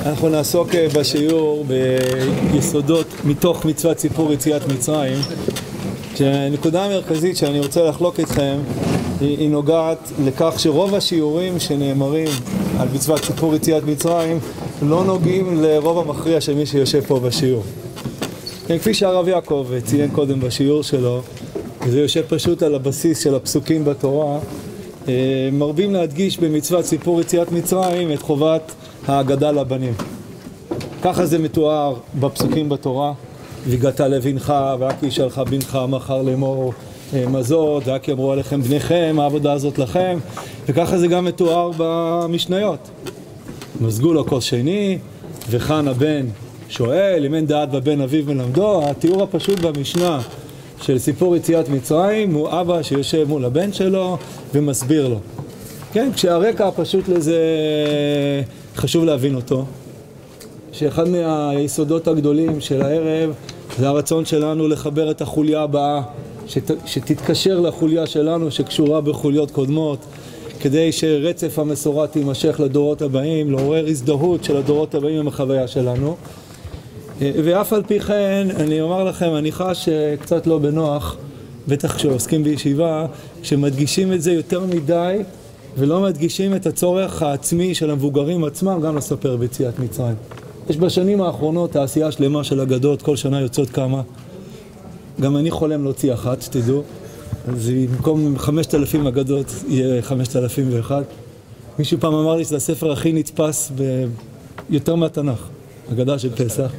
אנחנו נעסוק בשיעור ביסודות מתוך מצוות סיפור יציאת מצרים. הנקודה המרכזית שאני רוצה לחלוק איתכם היא נוגעת לכך שרוב השיעורים שנאמרים על מצוות סיפור יציאת מצרים לא נוגעים לרוב המכריע של מי שיושב פה בשיעור. כפי שהרב יעקב ציין קודם בשיעור שלו, זה יושב פשוט על הבסיס של הפסוקים בתורה, מרבים להדגיש במצוות סיפור יציאת מצרים את חובת ההגדה לבנים. ככה זה מתואר בפסוקים בתורה, והגדת לבנך ורק ישאלך בנך מחר לאמור מזות ורק יאמרו עליכם בניכם, העבודה הזאת לכם, וככה זה גם מתואר במשניות. מזגו לו כוס שני וכאן הבן שואל אם אין דעת בבן אביו מלמדו. התיאור הפשוט במשנה של סיפור יציאת מצרים הוא אבא שיושב מול הבן שלו ומסביר לו. כן, כשהרקע פשוט לזה חשוב להבין אותו, שאחד מהיסודות הגדולים של הערב זה הרצון שלנו לחבר את החוליה הבאה שתתקשר לחוליה שלנו שקשורה בחוליות קודמות, כדי שרצף המסורת יימשך לדורות הבאים, לעורר הזדהות של הדורות הבאים עם החוויה שלנו. ואף על פי כן אני אומר לכם, אני חש קצת לא בנוח, בטח כשעוסקים בישיבה, כשמדגישים את זה יותר מדי ולא מדגישים את הצורך העצמי של המבוגרים עצמם גם לספר ביציאת מצרים. יש בשנים האחרונות תעשייה שלמה של אגדות, כל שנה יוצאות כמה. גם אני חולם להוציא אחת, שתדעו. אז במקום 5,000 אגדות יהיה 5,001. מישהו פעם אמר לי שזה הספר הכי נתפס ביותר מהתנ"ך, אגדה של פסח.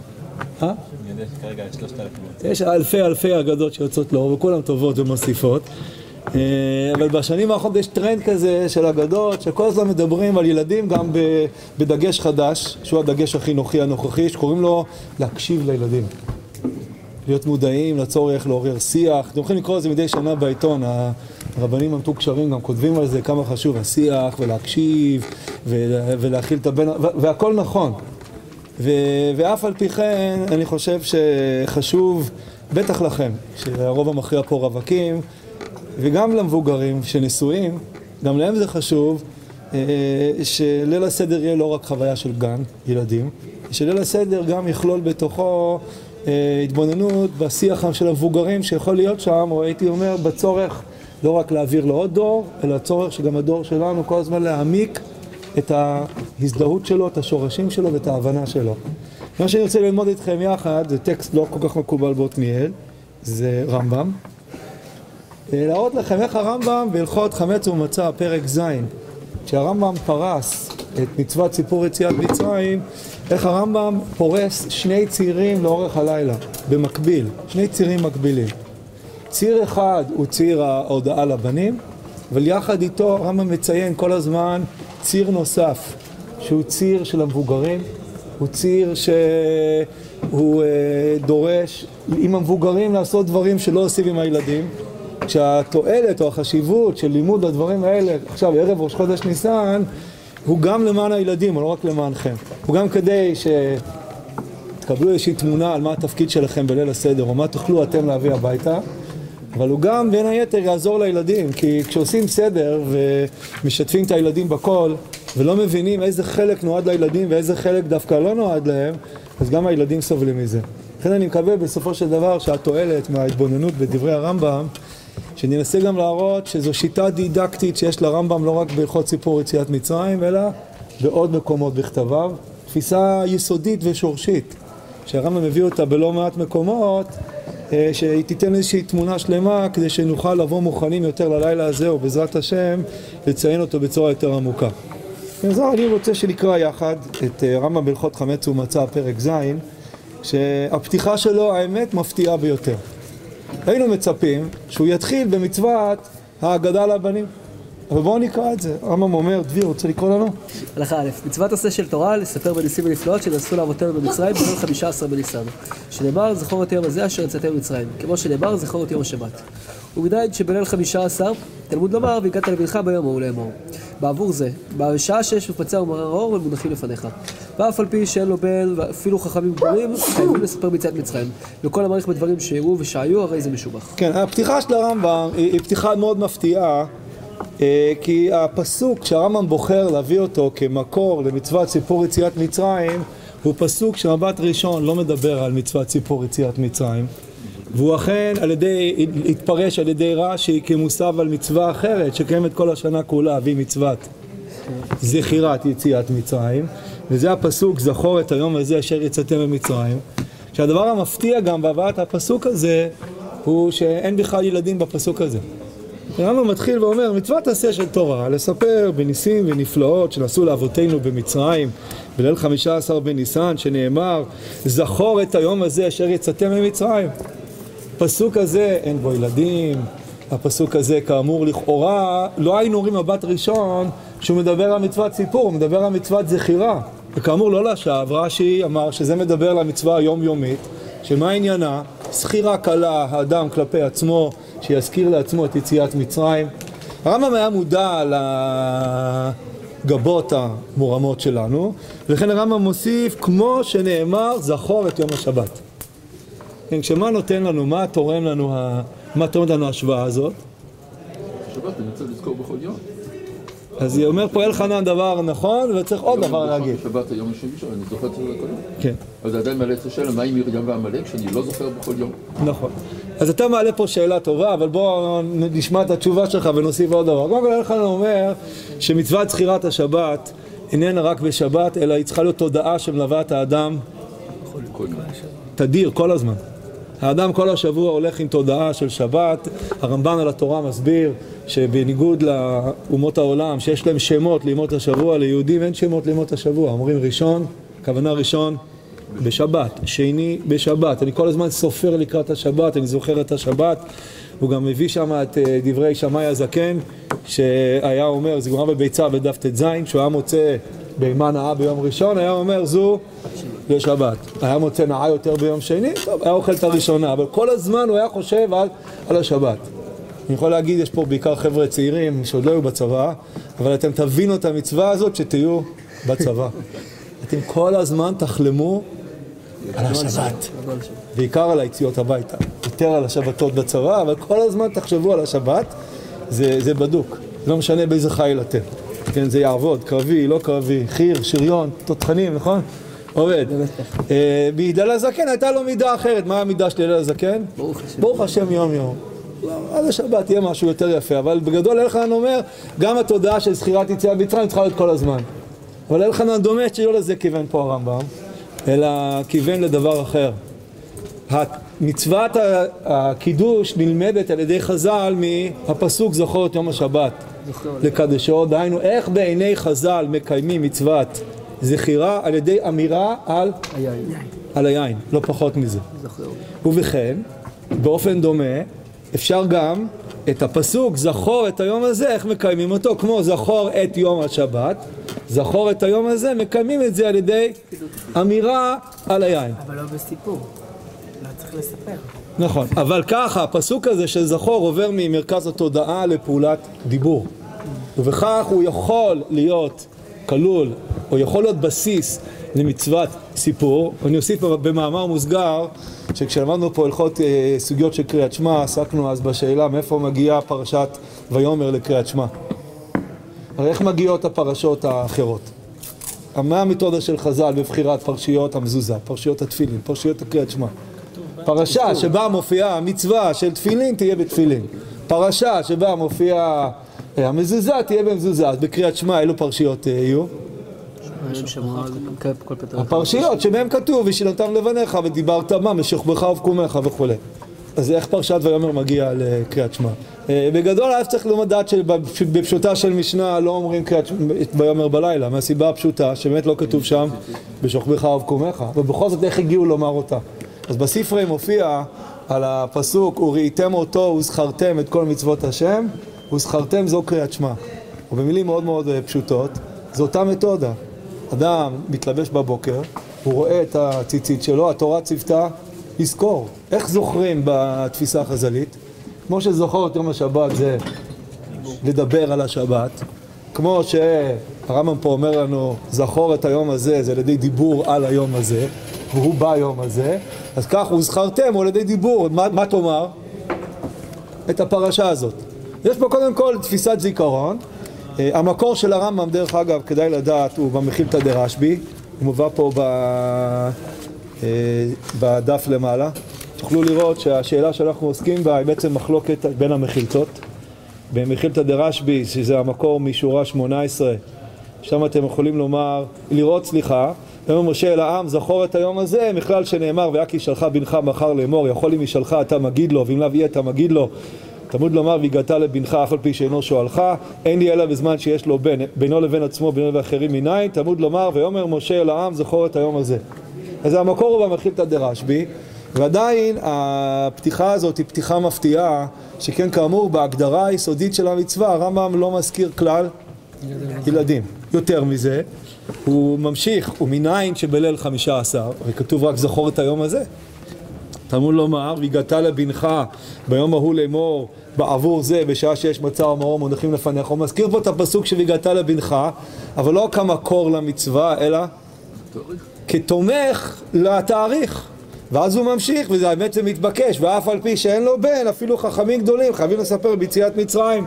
כרגע יש 3,000. יש אלפי אגדות שיוצאות לאור וכולם טובות ומוסיפות. אבל בשנים האחרונות יש טרנד כזה של אגדות שכל הזמן מדברים על ילדים גם בדגש חדש, שהוא הדגש החינוכי הנוכחי, שקוראים לו להקשיב לילדים, להיות מודעים לצורך לעורר שיח. אתם יכולים לקרוא את זה מדי שנה בעיתון, הרבנים המתוקשרים גם כותבים על זה כמה חשוב השיח ולהקשיב ולהכיל את הבן, והכל נכון. ואף על פי כן אני חושב שחשוב, בטח לכם שהרוב המכריע פה רווקים, וגם למבוגרים שנשואים, גם להם זה חשוב שליל הסדר יהיה לא רק חוויה של גן ילדים, שליל הסדר גם יכלול בתוכו התבוננות בשיח של המבוגרים שיכול להיות שם, או הייתי אומר בצורך לא רק להעביר לעוד דור, אלא הצורך שגם הדור שלנו כל הזמן להעמיק את ההזדהות שלו, את השורשים שלו ואת ההבנה שלו. מה שאני רוצה ללמוד איתכם יחד, זה טקסט לא כל כך מקובל בעתניאל, זה רמב"ם. להראות לכם איך הרמב"ם בהלכות חמץ ומצה, פרק ז', כשהרמב"ם פרס את מצוות סיפור יציאת מצרים, איך הרמב"ם פורס שני צירים לאורך הלילה, במקביל, שני צירים מקבילים. ציר אחד הוא ציר ההודעה לבנים, אבל יחד איתו הרמב"ם מציין כל הזמן ציר נוסף, שהוא ציר של המבוגרים, הוא ציר שהוא דורש עם המבוגרים לעשות דברים שלא עושים עם הילדים, כשהתועלת או החשיבות של לימוד הדברים האלה, עכשיו ערב ראש חודש ניסן, הוא גם למען הילדים, או לא רק למענכם. הוא גם כדי שתקבלו איזושהי תמונה על מה התפקיד שלכם בליל הסדר, או מה תוכלו אתם להביא הביתה, אבל הוא גם בין היתר יעזור לילדים, כי כשעושים סדר ומשתפים את הילדים בכל, ולא מבינים איזה חלק נועד לילדים ואיזה חלק דווקא לא נועד להם, אז גם הילדים סובלים מזה. לכן אני מקווה בסופו של דבר שהתועלת מההתבוננות בדברי הרמב"ם, שננסה גם להראות שזו שיטה דידקטית שיש לרמב"ם לא רק בהלכות סיפור יציאת מצרים, אלא בעוד מקומות בכתביו, תפיסה יסודית ושורשית, שהרמב"ם מביא אותה בלא מעט מקומות, שהיא תיתן איזושהי תמונה שלמה כדי שנוכל לבוא מוכנים יותר ללילה הזה, ובעזרת השם לציין אותו בצורה יותר עמוקה. אז אני רוצה שנקרא יחד את רמב"ם בהלכות חמץ ומצה, פרק ז', שהפתיחה שלו האמת מפתיעה ביותר. היינו מצפים שהוא יתחיל במצוות ההגדה לבנים, אבל בואו נקרא את זה. הרמב"ם אומר, דביר, רוצה לקרוא לנו? הלכה א', מצוות עשה של תורה לספר בניסים ונפלאות שנעשו לאבותינו במצרים ביום 15 בניסן, שנאמר זכור את היום הזה אשר יצאתם ממצרים, כמו שנאמר זכור את יום השבת. ובדיין שבליל 15 תלמוד לומר והגעת לבנך ביום ההוא לאמור. בעבור זה, בשעה 6 מפצע ומרור ומונחים לפניך. ואף על פי שאין לו בן ואפילו חכמים גדולים, חייבים לספר ביציאת מצרים. וכל המעריך בדברים שיראו ושהיו, הרי זה משובח. כן, הפתיחה של הרמב"ם היא פתיחה מאוד מפתיעה, כי הפסוק שהרמב"ם בוחר להביא אותו כמקור למצוות סיפור יציאת מצרים, הוא פסוק שמבט ראשון לא מדבר על מצוות ציפור יציאת מצרים, והוא אכן התפרש על ידי רש"י כמוסב על מצווה אחרת שקיימת כל השנה כולה, והיא מצוות זכירת יציאת מצרים, וזה הפסוק זכור את היום הזה אשר יצאתם ממצרים. שהדבר המפתיע גם בהבאת הפסוק הזה הוא שאין בכלל ילדים בפסוק הזה. הרמב"ם מתחיל ואומר, מצוות עשה של תורה, לספר בניסים ונפלאות שנעשו לאבותינו במצרים, בליל 15 בניסן, שנאמר, זכור את היום הזה אשר יצאתם ממצרים. הפסוק הזה אין בו ילדים, הפסוק הזה כאמור לכאורה, לא היינו אומרים מבט ראשון שהוא מדבר על מצוות ציפור, הוא מדבר על מצוות זכירה. וכאמור לא לשווא, רש"י אמר שזה מדבר על המצווה היומיומית, שמה עניינה? זכירה קלה האדם כלפי עצמו, שיזכיר לעצמו את יציאת מצרים. הרמב"ם היה מודע לגבות המורמות שלנו, ולכן הרמב"ם מוסיף, כמו שנאמר, זכור את יום השבת. כן, כשמה נותן לנו, מה תורם לנו, מה תורם לנו ההשוואה הזאת? שבת אני רוצה לזכור בכל יום. אז היא אומר פה אלחנן דבר נכון, וצריך עוד דבר להגיד. שבת היום השם ראשון, אני זוכר את זה לכל יום. כן. אז עדיין מעלה את השאלה, מה עם מרים ועמלק שאני לא זוכר בכל יום? נכון. אז אתה מעלה פה שאלה טובה, אבל בואו נשמע את התשובה שלך ונוסיף עוד דבר. קודם כל אלחנן אומר שמצוות זכירת השבת איננה רק בשבת, אלא היא צריכה להיות תודעה שמלווה את האדם תדיר, כל הזמן. האדם כל השבוע הולך עם תודעה של שבת. הרמב"ן על התורה מסביר שבניגוד לאומות העולם שיש להם שמות לימות השבוע, ליהודים אין שמות לימות השבוע. אומרים ראשון, הכוונה ראשון בשבת, שני בשבת. אני כל הזמן סופר לקראת השבת, אני זוכר את השבת. הוא גם מביא שם את דברי שמאי הזקן, שהיה אומר, זה גמרא בביצה בדף ט"ז, שהוא היה מוצא בהמה נאה ביום ראשון, היה אומר זו לשבת. היה מוצא נאה יותר ביום שני, טוב, היה אוכל את הראשונה, אבל כל הזמן הוא היה חושב על השבת. אני יכול להגיד, יש פה בעיקר חבר'ה צעירים שעוד לא היו בצבא, אבל אתם תבינו את המצווה הזאת שתהיו בצבא. אתם כל הזמן תחלמו על השבת, בעיקר על היציאות הביתה, יותר על השבתות בצבא, אבל כל הזמן תחשבו על השבת, זה בדוק, לא משנה באיזה חיל אתם. כן, זה יעבוד, קרבי, לא קרבי, חיר, שריון, תותחנים, נכון? עובד. בהלל הזקן הייתה לו מידה אחרת. מה המידה של הלל הזקן? ברוך השם יום יום. אז השבת יהיה משהו יותר יפה, אבל בגדול אלחנן אומר, גם התודעה של זכירת יציאת מצרים צריכה להיות כל הזמן. אבל אלחנן דומה שלא לזה כיוון פה הרמב"ם, אלא כיוון לדבר אחר. מצוות הקידוש נלמדת על ידי חז"ל מהפסוק זכור את יום השבת לקדשו, דהיינו איך בעיני חז"ל מקיימים מצוות זכירה על ידי אמירה על היין, לא פחות מזה. ובכן, באופן דומה, אפשר גם את הפסוק זכור את היום הזה, איך מקיימים אותו, כמו זכור את יום השבת, זכור את היום הזה, מקיימים את זה על ידי אמירה על היין. אבל לא בסיפור, לא צריך לספר. נכון, אבל ככה, הפסוק הזה של זכור עובר ממרכז התודעה לפעולת דיבור. ובכך הוא יכול להיות כלול, או יכול להיות בסיס למצוות סיפור. אני אוסיף במאמר מוסגר, שכשלמדנו פה הלכות סוגיות של קריאת שמע, עסקנו אז בשאלה מאיפה מגיעה פרשת ויאמר לקריאת שמע. הרי איך מגיעות הפרשות האחרות? מה המתודה של חז"ל בבחירת פרשיות המזוזה, פרשיות התפילין, פרשיות הקריאת שמע? פרשה שבה מופיעה המצווה של תפילין תהיה בתפילין. פרשה שבה מופיעה המזוזה תהיה במזוזה. אז בקריאת שמע אילו פרשיות יהיו? הפרשיות שבהם כתוב ושילמתם לבניך ודיברת מה משוכבך ובקומך וכו'. אז איך פרשת ויאמר מגיע לקריאת שמע? בגדול היה צריך לדעת שבפשוטה של משנה לא אומרים קריאת ויאמר בלילה, מהסיבה הפשוטה שבאמת לא כתוב שם בשוכבך ובקומך, ובכל זאת איך הגיעו לומר אותה. אז בספרי מופיע על הפסוק וראיתם אותו וזכרתם את כל מצוות השם, וזכרתם זו קריאת שמע. ובמילים מאוד מאוד פשוטות, זו אותה מתודה. אדם מתלבש בבוקר, הוא רואה את הציצית שלו, התורה ציוותה לזכור. איך זוכרים בתפיסה החז"לית? כמו שזוכר את יום השבת זה לדבר על השבת, כמו שהרמב"ם פה אומר לנו זכור את היום הזה, זה על ידי דיבור על היום הזה, והוא ביום הזה, אז כך הוא זכרתם על ידי דיבור. מה תאמר? את הפרשה הזאת. יש פה קודם כל תפיסת זיכרון. המקור של הרמב"ם דרך אגב כדאי לדעת הוא במחילתא דרשב"י, הוא מובא פה בדף למעלה. תוכלו לראות שהשאלה שאנחנו עוסקים בה היא בעצם מחלוקת בין המחילתות. במחילתא דרשב"י, שזה המקור משורה 18, שם אתם יכולים לראות, אומר משה אל העם, זכור את היום הזה, מכלל שנאמר, ויקי שלך בנך מחר לאמור, יכול אם ישלך אתה מגיד לו, ואם לאו יהיה אתה מגיד לו, תמוד לומר והגעת לבנך אף על פי שאינו שואלך, אין לי אלא בזמן שיש לו בן, בינו לבין עצמו, בינו ואחרים מניין, תמוד לומר, ויאמר משה אל העם, זכור את היום הזה. אז המקור הוא במחילתא דרשב"י, ועדיין הפתיחה הזאת היא פתיחה מפתיעה, שכן כאמור בהגדרה היסודית של המצווה, הרמב"ם לא מזכיר כלל ילדים. יותר מזה, הוא ממשיך, ומניין שבליל 15, וכתוב רק זכור את היום הזה. תלמוד לומר, והגעת לבנך ביום ההוא לאמור, בעבור זה, בשעה שיש מצה ומרור מונחים לפניך. הוא מזכיר פה את הפסוק שהגעת לבנך, אבל לא כמקור למצווה, אלא כתומך לתאריך. ואז הוא ממשיך, וזה בעצם מתבקש, ואף על פי שאין לו בן, אפילו חכמים גדולים חייבים לספר ביציאת מצרים.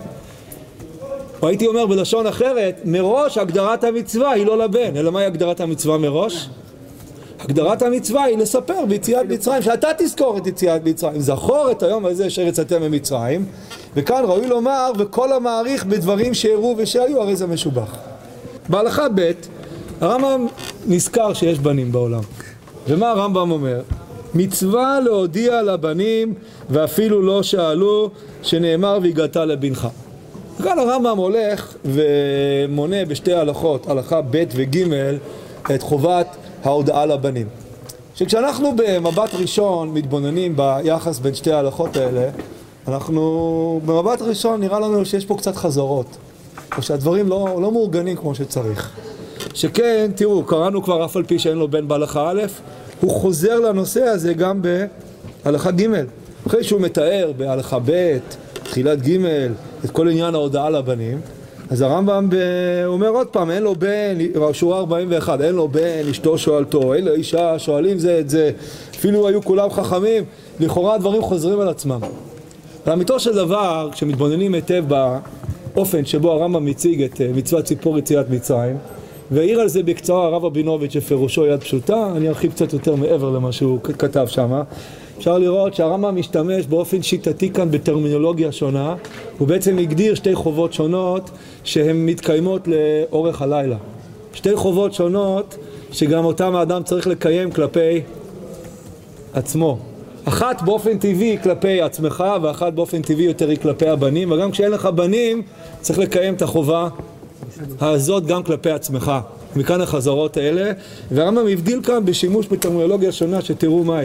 או הייתי אומר בלשון אחרת, מראש הגדרת המצווה היא לא לבן, אלא מהי הגדרת המצווה מראש? הגדרת המצווה היא לספר ביציאת מצרים, שאתה תזכור את יציאת מצרים, זכור את היום הזה אשר יצאתם ממצרים, וכאן ראוי לומר, וכל המעריך בדברים שהראו ושהיו, הרי זה משובח. בהלכה ב' הרמב"ם נזכר שיש בנים בעולם. ומה הרמב"ם אומר? מצווה להודיע לבנים ואפילו לא שאלו, שנאמר והגעת לבנך. כאן הרמב"ם הולך ומונה בשתי הלכות, הלכה ב' וג' את חובת ההודעה לבנים. שכשאנחנו במבט ראשון מתבוננים ביחס בין שתי ההלכות האלה, אנחנו במבט ראשון נראה לנו שיש פה קצת חזרות, או שהדברים לא מאורגנים כמו שצריך. שכן, תראו, קראנו כבר אף על פי שאין לו בן בהלכה א', הוא חוזר לנושא הזה גם בהלכה ג'. אחרי שהוא מתאר בהלכה ב', תחילת ג', את כל עניין ההודעה לבנים, אז הרמב"ם אומר עוד פעם, אין לו בן, שורה 41, אין לו בן, אשתו שואלתו, אין לו אישה, שואלים זה את זה, אפילו היו כולם חכמים, לכאורה הדברים חוזרים על עצמם. לאמיתו של דבר, כשמתבוננים היטב באופן שבו הרמב"ם מציג את מצוות ציפור יציאת מצרים, והעיר על זה בקצרה הרב רבינוביץ' שפירושו יד פשוטה, אני ארחיב קצת יותר מעבר למה שהוא כתב שם. אפשר לראות שהרמב"ם משתמש באופן שיטתי כאן בטרמינולוגיה שונה, הוא בעצם הגדיר שתי חובות שונות שהן מתקיימות לאורך הלילה. שתי חובות שונות שגם אותם האדם צריך לקיים כלפי עצמו. אחת באופן טבעי כלפי עצמך, ואחת באופן טבעי יותר היא כלפי הבנים, וגם כשאין לך בנים צריך לקיים את החובה הזאת גם כלפי עצמך. מכאן החזרות האלה, והרמב"ם הבדיל כאן בשימוש בטרמינולוגיה שונה שתראו מהי.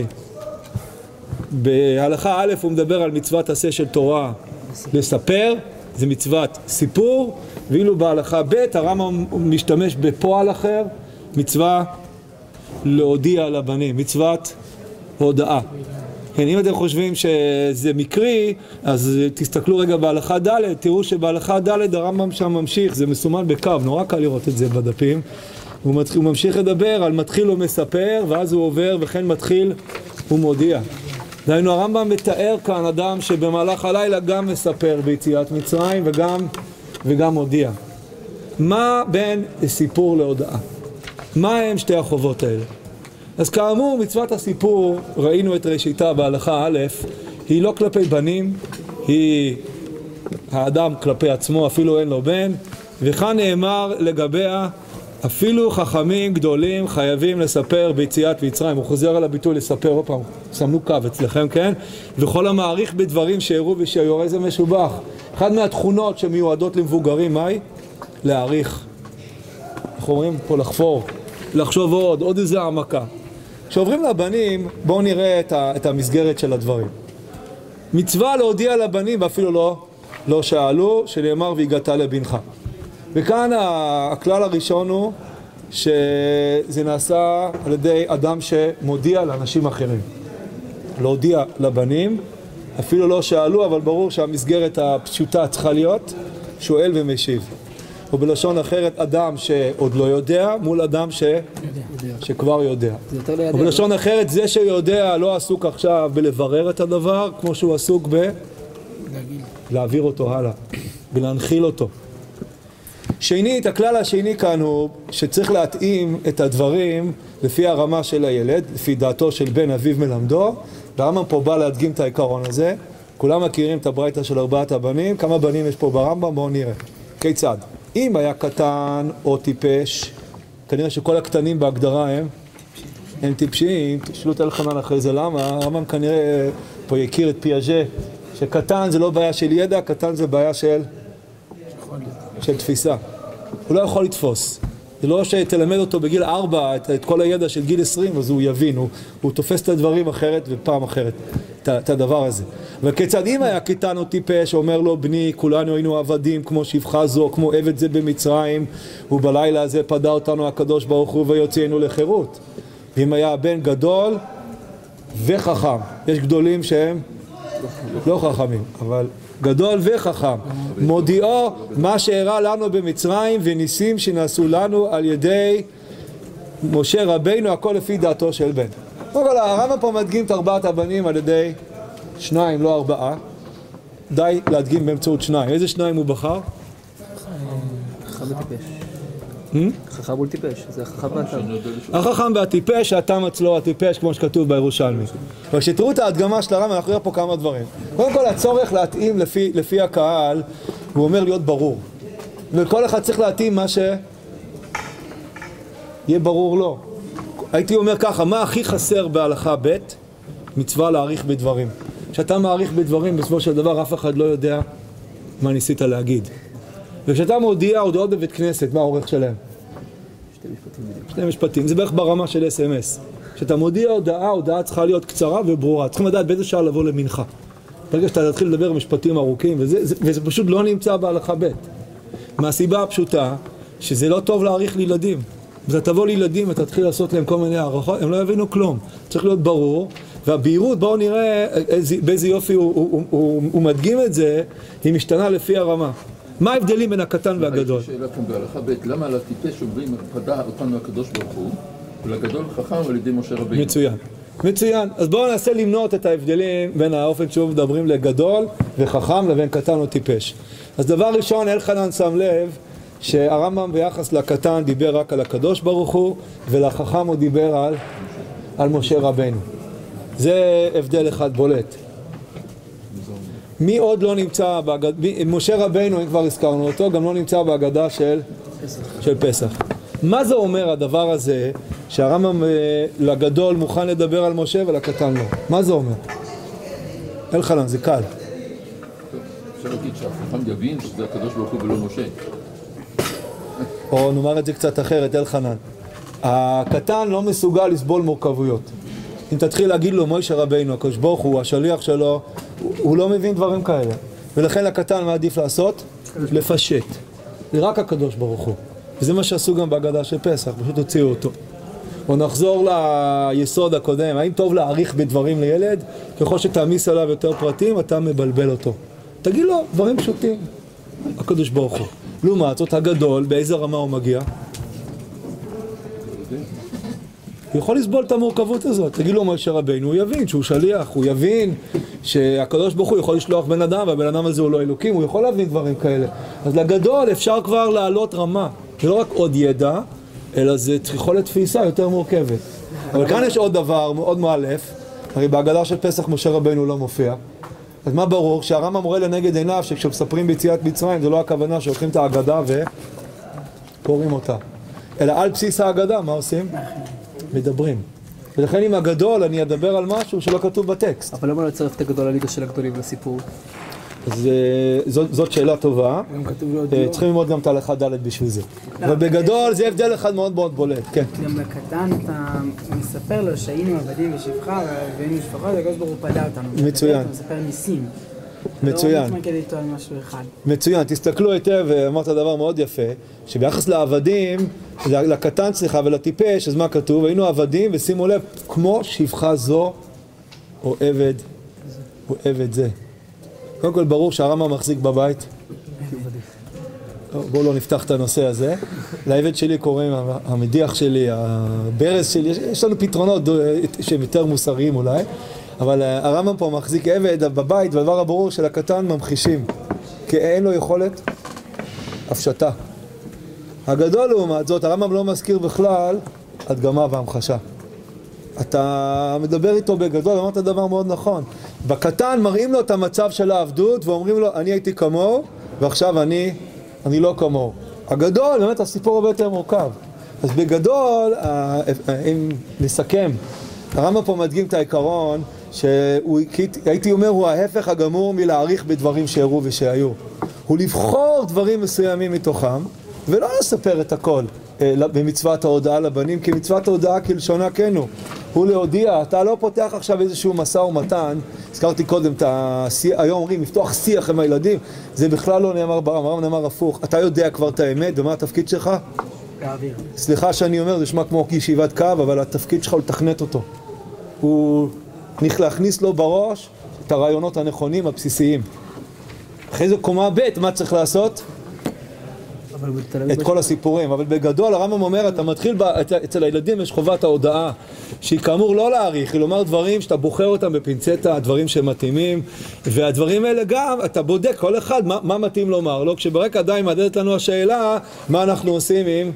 בהלכה א' הוא מדבר על מצוות עשה של תורה לספר, זה מצוות סיפור, ואילו בהלכה ב' הרמב"ם משתמש בפועל אחר, מצווה להודיע לבנים, מצוות הודעה. כן, אם אתם חושבים שזה מקרי, אז תסתכלו רגע בהלכה ד', תראו שבהלכה ד' הרמב"ם שם ממשיך, זה מסומן בקו, נורא קל לראות את זה בדפים, הוא ממשיך לדבר על מתחיל ומספר, ואז הוא עובר וכן מתחיל ומודיע. דהיינו הרמב"ם מתאר כאן אדם שבמהלך הלילה גם מספר ביציאת מצרים וגם מודיע. מה בין סיפור להודעה? מה הם שתי החובות האלה? אז כאמור מצוות הסיפור, ראינו את ראשיתה בהלכה א', היא לא כלפי בנים, היא האדם כלפי עצמו, אפילו אין לו בן, וכאן נאמר לגביה, אפילו חכמים גדולים חייבים לספר ביציאת מצרים. הוא חוזר על הביטוי לספר, עוד פעם, שמנו קו אצלכם, כן? וכל המעריך בדברים שהראו ושהיו, הרי זה משובח. אחד מהתכונות שמיועדות למבוגרים, מהי? להעריך. אנחנו אומרים פה לחפור, לחשוב עוד איזה העמקה. כשעוברים לבנים, בואו נראה את המסגרת של הדברים. מצווה להודיע לבנים, ואפילו לא שאלו, שנאמר והגעת לבנך. וכאן הכלל הראשון הוא שזה נעשה על ידי אדם שמודיע לאנשים אחרים. להודיע לבנים, אפילו לא שאלו, אבל ברור שהמסגרת הפשוטה צריכה להיות שואל ומשיב. או בלשון אחרת, אדם שעוד לא יודע מול אדם שכבר יודע. או בלשון אחרת, זה שיודע לא עסוק עכשיו בלברר את הדבר, כמו שהוא עסוק להעביר אותו הלאה, בלהנחיל אותו. שנית, הכלל השני כאן הוא שצריך להתאים את הדברים לפי הרמה של הילד, לפי דעתו של בן אביו מלמדו, והרמב"ם פה בא להדגים את העיקרון הזה. כולם מכירים את הברייתא של 4 הבנים, כמה בנים יש פה ברמב"ם? בואו נראה. כיצד? אם היה קטן או טיפש, כנראה שכל הקטנים בהגדרה הם טיפשיים. תשאלו את אלחנן אחרי זה למה, הרמב"ם כנראה פה יכיר את פיאז'ה, שקטן זה לא בעיה של ידע, קטן זה בעיה של תפיסה. הוא לא יכול לתפוס. זה לא שתלמד אותו בגיל 4 את כל הידע של גיל 20, אז הוא יבין, הוא תופס את הדברים אחרת ופעם אחרת, את הדבר הזה. וכיצד אם היה קטן או טיפש, אומר לו, בני, כולנו היינו עבדים כמו שפחה זו, כמו עבד זה במצרים, ובלילה הזה פדה אותנו הקדוש ברוך הוא ויוציאנו לחירות. אם היה בן גדול וחכם, יש גדולים שהם לא חכמים, אבל גדול וחכם, מודיעו מה שאירע לנו במצרים וניסים שנעשו לנו על ידי משה רבינו, הכל לפי דעתו של בן. אבל הרמב"ם פה מדגים את 4 הבנים על ידי 2, לא 4. די להדגים באמצעות 2. איזה 2 הוא בחר? חכם וטיפש. חכם מול טיפש, זה החכם והתם. החכם והטיפש, התם אצלו הטיפש, כמו שכתוב בירושלמי. אבל שתראו את ההדגמה של הרמב"ם, אנחנו נראה פה כמה דברים. קודם כל, הצורך להתאים לפי הקהל, הוא אומר להיות ברור. וכל אחד צריך להתאים מה שיהיה ברור לו. הייתי אומר ככה, מה הכי חסר בהלכה ב'? מצווה להעריך בדברים. כשאתה מעריך בדברים, בסופו של דבר אף אחד לא יודע מה ניסית להגיד. וכשאתה מודיע הודעות בבית כנסת, מה האורך שלהם? 2 משפטים. זה בערך ברמה של SMS. כשאתה מודיע הודעה צריכה להיות קצרה וברורה. צריכים לדעת באיזה שעה לבוא למנחה. ברגע שאתה תתחיל לדבר משפטים ארוכים, וזה פשוט לא נמצא בהלכה ב'. מהסיבה הפשוטה, שזה לא טוב להעריך לילדים. ואתה תבוא לילדים ותתחיל לעשות להם כל מיני הערכות, הם לא יבינו כלום. צריך להיות ברור, והבהירות, בואו נראה באיזה יופי הוא מדגים את זה, היא משתנה לפי הרמה. מה ההבדלים בין הקטן והגדול? שאלה כאן בהלכה ב', למה על הטיפש אומרים פדה אותנו הקדוש ברוך הוא, ולגדול חכם על ידי משה רבינו? מצוין. אז בואו ננסה למנות את ההבדלים בין האופן שהוא מדברים לגדול וחכם לבין קטן או טיפש. אז דבר ראשון, אלחנן שם לב שהרמב"ם ביחס לקטן דיבר רק על הקדוש ברוך הוא, ולחכם הוא דיבר על משה רבינו. זה הבדל אחד בולט. מי עוד לא נמצא משה רבינו, אם כבר הזכרנו אותו, גם לא נמצא בהגדה של פסח. מה זה אומר הדבר הזה שהרמב"ם לגדול מוכן לדבר על משה ולקטן לא? מה זה אומר? אלחנן, זה קל. אפשר להגיד שהחכם יבין שזה הקדוש ברוך הוא ולא משה. או נאמר את זה קצת אחרת, אלחנן. הקטן לא מסוגל לסבול מורכבויות. אם תתחיל להגיד לו, משה רבינו, הקדוש ברוך הוא, השליח שלו, הוא לא מבין דברים כאלה. ולכן הקטן מה עדיף לעשות? לפשט. זה רק הקדוש ברוך הוא. וזה מה שעשו גם בהגדה של פסח, פשוט הוציאו אותו. או נחזור ליסוד הקודם, האם טוב להעריך בדברים לילד? ככל שתעמיס עליו יותר פרטים, אתה מבלבל אותו. תגיד לו, דברים פשוטים. הקדוש ברוך הוא. לעומת זאת, הגדול, באיזה רמה הוא מגיע? הוא יכול לסבול את המורכבות הזאת. תגיד לו משה רבינו, הוא יבין שהוא שליח, הוא יבין שהקדוש ברוך הוא יכול לשלוח בן אדם, והבן אדם הזה הוא לא אלוקים, הוא יכול להבין דברים כאלה. אז לגדול אפשר כבר לעלות רמה. זה לא רק עוד ידע, אלא זה יכולת תפיסה יותר מורכבת. אבל כאן יש עוד דבר מאוד מאלף, הרי בהגדה של פסח משה רבינו לא מופיע. אז מה ברור? שהרמב"ם מורה לנגד עיניו שכשמספרים ביציאת מצרים, זה לא הכוונה שהולכים את ההגדה וקוראים אותה. אלא על בסיס ההגדה, מה עושים? מדברים. ולכן עם הגדול אני אדבר על משהו שלא כתוב בטקסט. אבל למה לא לצרף את הגדול הליגה של הגדולים לסיפור? אז זאת שאלה טובה. צריכים ללמוד גם את ההלכה ד' בשביל זה. אבל בגדול זה הבדל אחד מאוד מאוד בולט, כן. גם לקטן אתה מספר לו שהיינו עבדים ושפחה והיינו משפחות, הקדוש ברוך הוא פדה אותנו. מצוין. אתה מספר ניסים. מצוין. לא מתמקד איתו על משהו אחד. מצוין, תסתכלו היטב, אמרת דבר מאוד יפה, שביחס לעבדים, לקטן ולטיפש, אז מה כתוב? היינו עבדים, ושימו לב, כמו שפחה זו, או עבד זה. קודם כל ברור שהרמב"ם מחזיק בבית. בואו לא נפתח את הנושא הזה. לעבד שלי קוראים המדיח שלי, הברז שלי, יש לנו פתרונות שהם יותר מוסריים אולי, אבל הרמב"ם פה מחזיק עבד בבית, והדבר הברור של הקטן ממחישים, כי אין לו יכולת הפשטה. הגדול לעומת זאת, הרמב"ם לא מזכיר בכלל הדגמה והמחשה. אתה מדבר איתו בגדול, אמרת דבר מאוד נכון. בקטן מראים לו את המצב של העבדות ואומרים לו, אני הייתי כמוהו ועכשיו אני לא כמוהו. הגדול, באמת הסיפור הרבה יותר מורכב. אז בגדול, אם נסכם, הרמב"ם פה מדגים את העיקרון שהייתי אומר הוא ההפך הגמור מלהעריך בדברים שהראו ושהיו. הוא לבחור דברים מסוימים מתוכם ולא לספר את הכל במצוות ההודעה לבנים, כי מצוות ההודעה כלשונה כן הוא להודיע, אתה לא פותח עכשיו איזשהו משא ומתן, הזכרתי קודם, היום אומרים לפתוח שיח עם הילדים, זה בכלל לא נאמר ברמב"ם, נאמר הפוך, אתה יודע כבר את האמת ומה התפקיד שלך? להעביר. סליחה שאני אומר, זה נשמע כמו ישיבת קו, אבל התפקיד שלך הוא לתכנת אותו. הוא להכניס לו בראש את הרעיונות הנכונים, הבסיסיים. אחרי זה קומה ב', מה צריך לעשות? את כל הסיפורים. אבל בגדול הרמב"ם אומר, אתה מתחיל אצל הילדים יש חובת ההודעה, שהיא כאמור לא להעריך, היא לומר דברים שאתה בוחר אותם בפינצטה, דברים שמתאימים, והדברים האלה גם, אתה בודק כל אחד מה מתאים לומר לו, כשברקע עדיין מעדדת לנו השאלה, מה אנחנו עושים עם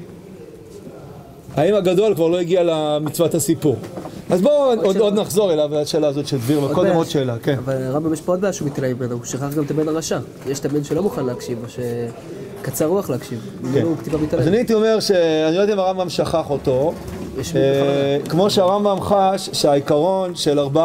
האם הגדול כבר לא הגיע למצוות הסיפור. אז בואו עוד נחזור אליו, השאלה הזאת של דביר, וקודם עוד שאלה, כן. אבל הרמב"ם יש פה עוד בעיה שהוא מתלהב ממנו, הוא שכח גם את הבן הרשע. יש את הבן שלא מוכן להקשיב, או שקצר רוח להקשיב. כן. הוא טיפה מתלהב. אז אני הייתי אומר שאני לא יודע אם הרמב"ם שכח אותו, כמו שהרמב"ם חש שהעיקרון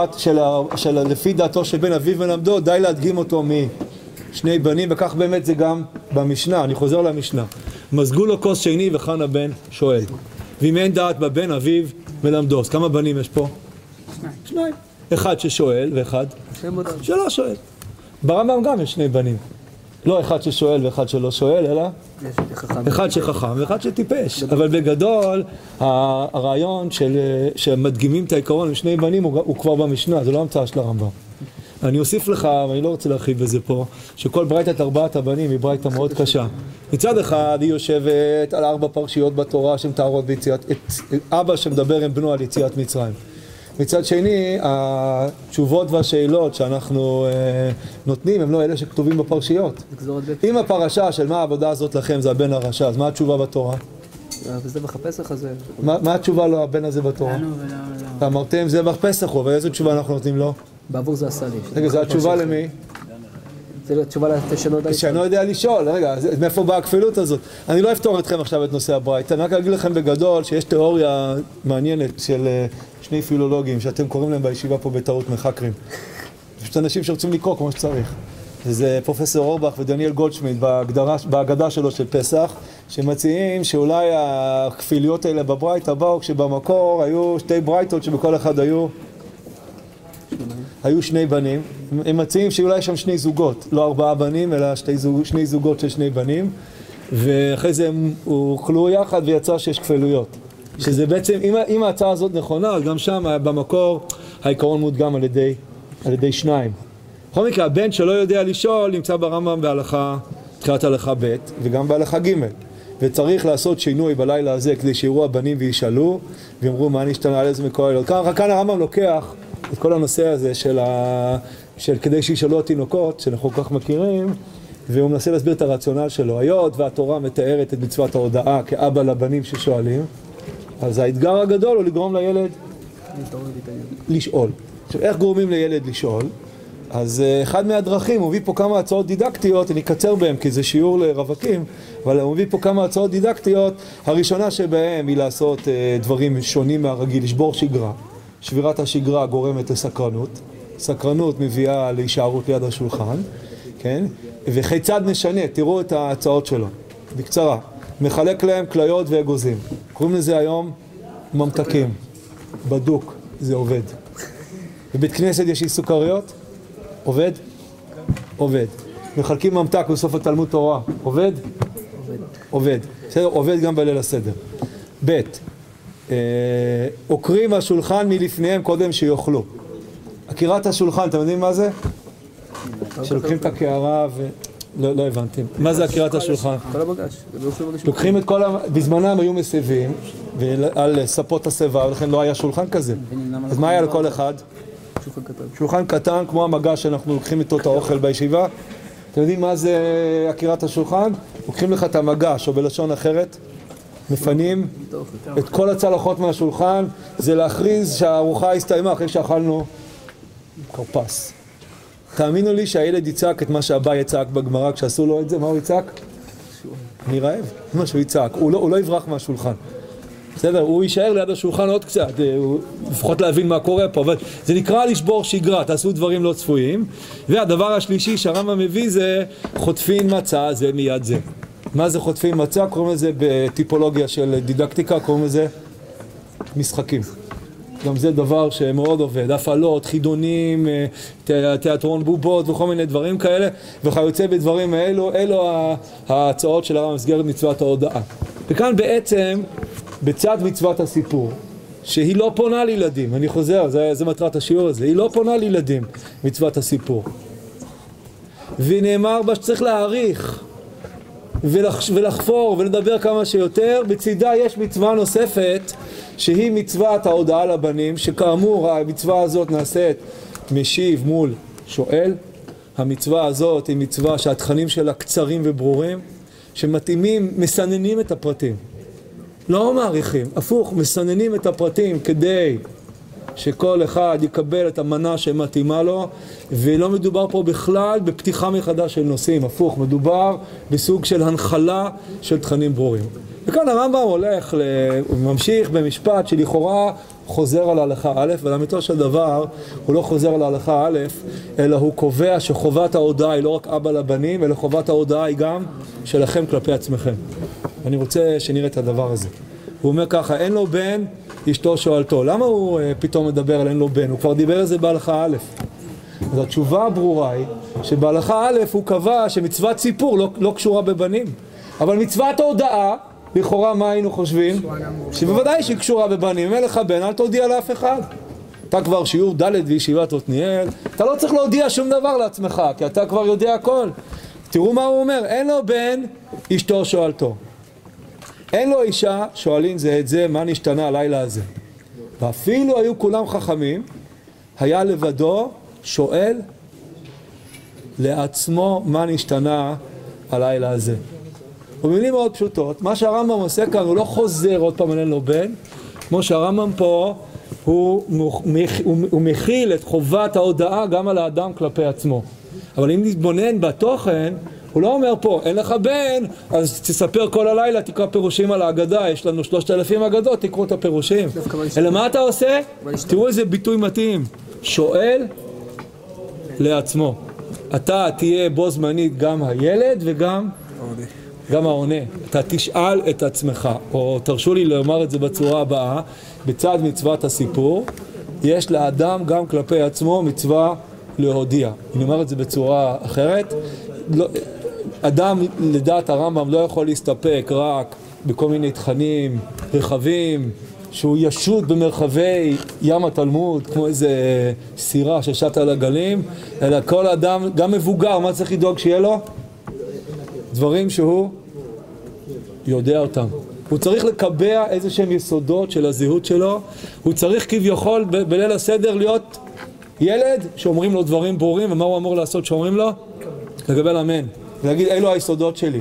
של לפי דעתו של בן אביו מלמדו, די להדגים אותו משני בנים, וכך באמת זה גם במשנה, אני חוזר למשנה. מזגו לו כוס שני וכאן הבן שואל. ואם אין דעת בבן אביו מלמדו, אז כמה בנים יש פה? שניים. אחד ששואל ואחד שלא שואל. ברמב"ם גם יש שני בנים. לא אחד ששואל ואחד שלא שואל, אלא אחד שחכם ואחד שטיפש. אבל בגדול, הרעיון שמדגימים את העיקרון עם שני בנים הוא כבר במשנה, זה לא המצאה של הרמב"ם. אני אוסיף לך, ואני לא רוצה להרחיב בזה פה, שכל ברייתת ארבעת הבנים היא ברייתה מאוד קשה. מצד אחד היא יושבת על 4 פרשיות בתורה שמתארות את אבא שמדבר עם בנו על יציאת מצרים. מצד שני, התשובות והשאלות שאנחנו נותנים הם לא אלה שכתובים בפרשיות. אם הפרשה של מה העבודה הזאת לכם זה הבן הרשע, אז מה התשובה בתורה? וזה בפסח הזה. מה התשובה לו הבן הזה בתורה? אמרתם זה בפסח הוא, ואיזו תשובה אנחנו נותנים לו? בעבור זה עשה לי. רגע, זו התשובה למי? זה תשובה שאני לא יודע לשאול, רגע, מאיפה באה הכפילות הזאת? אני לא אפתור אתכם עכשיו את נושא הברייתא, אני רק אגיד לכם בגדול שיש תיאוריה מעניינת של שני פילולוגים שאתם קוראים להם בישיבה פה בטעות מחקרים. יש אנשים שרוצים לקרוא כמו שצריך. זה פרופסור אורבך ודניאל גולדשמיט בהגדה שלו של פסח, שמציעים שאולי הכפיליות האלה בברייתא באו כשבמקור היו 2 ברייתות שבכל אחד היו 2 בנים. הם מציעים שאולי יש שם 2 זוגות, לא 4 בנים, אלא 2 זוגות של 2 בנים, ואחרי זה הם הוכלו יחד ויצא 6 כפילויות. שזה בעצם, אם ההצעה הזאת נכונה, אז גם שם במקור העיקרון מודגם על ידי 2. בכל מקרה, הבן שלא יודע לשאול נמצא ברמב"ם בהלכה, תחילת הלכה ב' וגם בהלכה ג', וצריך לעשות שינוי בלילה הזה כדי שיראו הבנים וישאלו ויאמרו מה נשתנה על איזה מכהל. כאן הרמב"ם לוקח את כל הנושא הזה של כדי שישאלו התינוקות שאנחנו כל כך מכירים, והוא מנסה להסביר את הרציונל שלו. היות והתורה מתארת את מצוות ההודעה כאבא לבנים ששואלים, אז האתגר הגדול הוא לגרום לילד לשאול. עכשיו, איך גורמים לילד לשאול? אז אחד מהדרכים, הוא מביא פה כמה הצעות דידקטיות, אני אקצר בהם כי זה שיעור לרווקים, אבל הוא מביא פה כמה הצעות דידקטיות. הראשונה שבהם היא לעשות דברים שונים מהרגיל, לשבור שגרה. שבירת השגרה גורמת לסקרנות, סקרנות מביאה להישארות ליד השולחן, כן? וכיצד נשנה, תראו את ההצעות שלו, בקצרה. מחלק להם כליות ואגוזים. קוראים לזה היום ממתקים, בדוק, זה עובד. בבית כנסת יש סוכריות? עובד? עובד. מחלקים ממתק בסוף התלמוד תורה, עובד? עובד. בסדר? עובד גם בליל הסדר. ב' עוקרים השולחן מלפניהם קודם שיאכלו. עקירת השולחן, אתם יודעים מה זה? שלוקחים את הקערה ו... לא הבנתי. מה זה עקירת השולחן? כל המגש. לוקחים את כל בזמנם היו מסבים על ספות הסבה, ולכן לא היה שולחן כזה. אז מה היה לכל אחד? שולחן קטן, כמו המגש שאנחנו לוקחים איתו את האוכל בישיבה. אתם יודעים מה זה עקירת השולחן? לוקחים לך את המגש, או בלשון אחרת, מפנים את כל הצלחות מהשולחן, זה להכריז שהארוחה הסתיימה אחרי שאכלנו כרפס. תאמינו לי שהילד יצעק את מה שהבא יצעק בגמרא כשעשו לו את זה, מה הוא יצעק? אני רעב, מה שהוא יצעק, הוא לא יברח מהשולחן. בסדר, הוא יישאר ליד השולחן עוד קצת, לפחות להבין מה קורה פה, אבל זה נקרא לשבור שגרה, תעשו דברים לא צפויים. והדבר השלישי שהרמב"ם מביא זה חוטפין מצה, זה מיד זה. מה זה חוטפין מצה? קוראים לזה בטיפולוגיה של דידקטיקה, קוראים לזה משחקים. גם זה דבר שמאוד עובד, הפעלות, חידונים, תיאטרון בובות וכל מיני דברים כאלה, וכיוצא בדברים האלו, אלו ההצעות של הרמב"ם במסגרת מצוות ההודעה. וכאן בעצם, בצד מצוות הסיפור, שהיא לא פונה לילדים, אני חוזר, זה מטרת השיעור הזה, היא לא פונה לילדים, מצוות הסיפור. ונאמר בה שצריך להעריך ולחפור ולדבר כמה שיותר. בצידה יש מצווה נוספת שהיא מצוות ההודעה לבנים, שכאמור המצווה הזאת נעשית משיב מול שואל. המצווה הזאת היא מצווה שהתכנים שלה קצרים וברורים, שמתאימים, מסננים את הפרטים, לא מעריכים, הפוך, מסננים את הפרטים כדי שכל אחד יקבל את המנה שמתאימה לו, ולא מדובר פה בכלל בפתיחה מחדש של נושאים, הפוך, מדובר בסוג של הנחלה של תכנים ברורים. וכאן הרמב"ם הולך, ממשיך במשפט שלכאורה חוזר על ההלכה א', ולאמיתו של דבר הוא לא חוזר על ההלכה א', אלא הוא קובע שחובת ההודעה היא לא רק אבא לבנים, אלא חובת ההודעה היא גם שלכם כלפי עצמכם. אני רוצה שנראה את הדבר הזה. הוא אומר ככה, אין לו בן, אשתו שואלתו. למה הוא פתאום מדבר על אין לו בן? הוא כבר דיבר על זה בהלכה א'. אז התשובה הברורה היא שבהלכה א' הוא קבע שמצוות סיפור לא קשורה בבנים. אבל מצוות ההודעה, לכאורה מה היינו חושבים? שבוודאי שהיא קשורה בבנים. אם אין לך בן, אל תודיע לאף אחד. אתה כבר שיעור ד' בישיבת עתניאל, אתה לא צריך להודיע שום דבר לעצמך, כי אתה כבר יודע הכל. תראו מה הוא אומר, אין לו בן, אשתו שואלתו. אין לו אישה, שואלים זה את זה, מה נשתנה הלילה הזה. ואפילו היו כולם חכמים, היה לבדו שואל לעצמו מה נשתנה הלילה הזה. ובמילים מאוד פשוטות, מה שהרמב"ם עושה כאן, הוא לא חוזר עוד פעם אין לו בן, כמו שהרמב"ם פה, הוא מכיל את חובת ההודעה גם על האדם כלפי עצמו. אבל אם נתבונן בתוכן, הוא לא אומר פה, אין לך בן, אז תספר כל הלילה, תקרא פירושים על ההגדה, יש לנו 3,000 אגדות, תקראו את הפירושים. אלא מה אתה עושה? תראו איזה ביטוי מתאים. שואל לעצמו. אתה תהיה בו זמנית גם הילד וגם העונה. אתה תשאל את עצמך, או תרשו לי לומר את זה בצורה הבאה, בצד מצוות הסיפור, יש לאדם גם כלפי עצמו מצווה להודיע. אני אומר את זה בצורה אחרת. אדם לדעת הרמב"ם לא יכול להסתפק רק בכל מיני תכנים רחבים, שהוא ישות במרחבי ים התלמוד, כמו איזה סירה ששט על הגלים, אלא כל אדם, גם מבוגר, מה צריך לדאוג שיהיה לו? דברים שהוא יודע אותם. הוא צריך לקבע איזה שהם יסודות של הזהות שלו, הוא צריך כביכול בליל הסדר להיות ילד שאומרים לו דברים ברורים, ומה הוא אמור לעשות שאומרים לו? לקבל אמן, ולהגיד אלו היסודות שלי.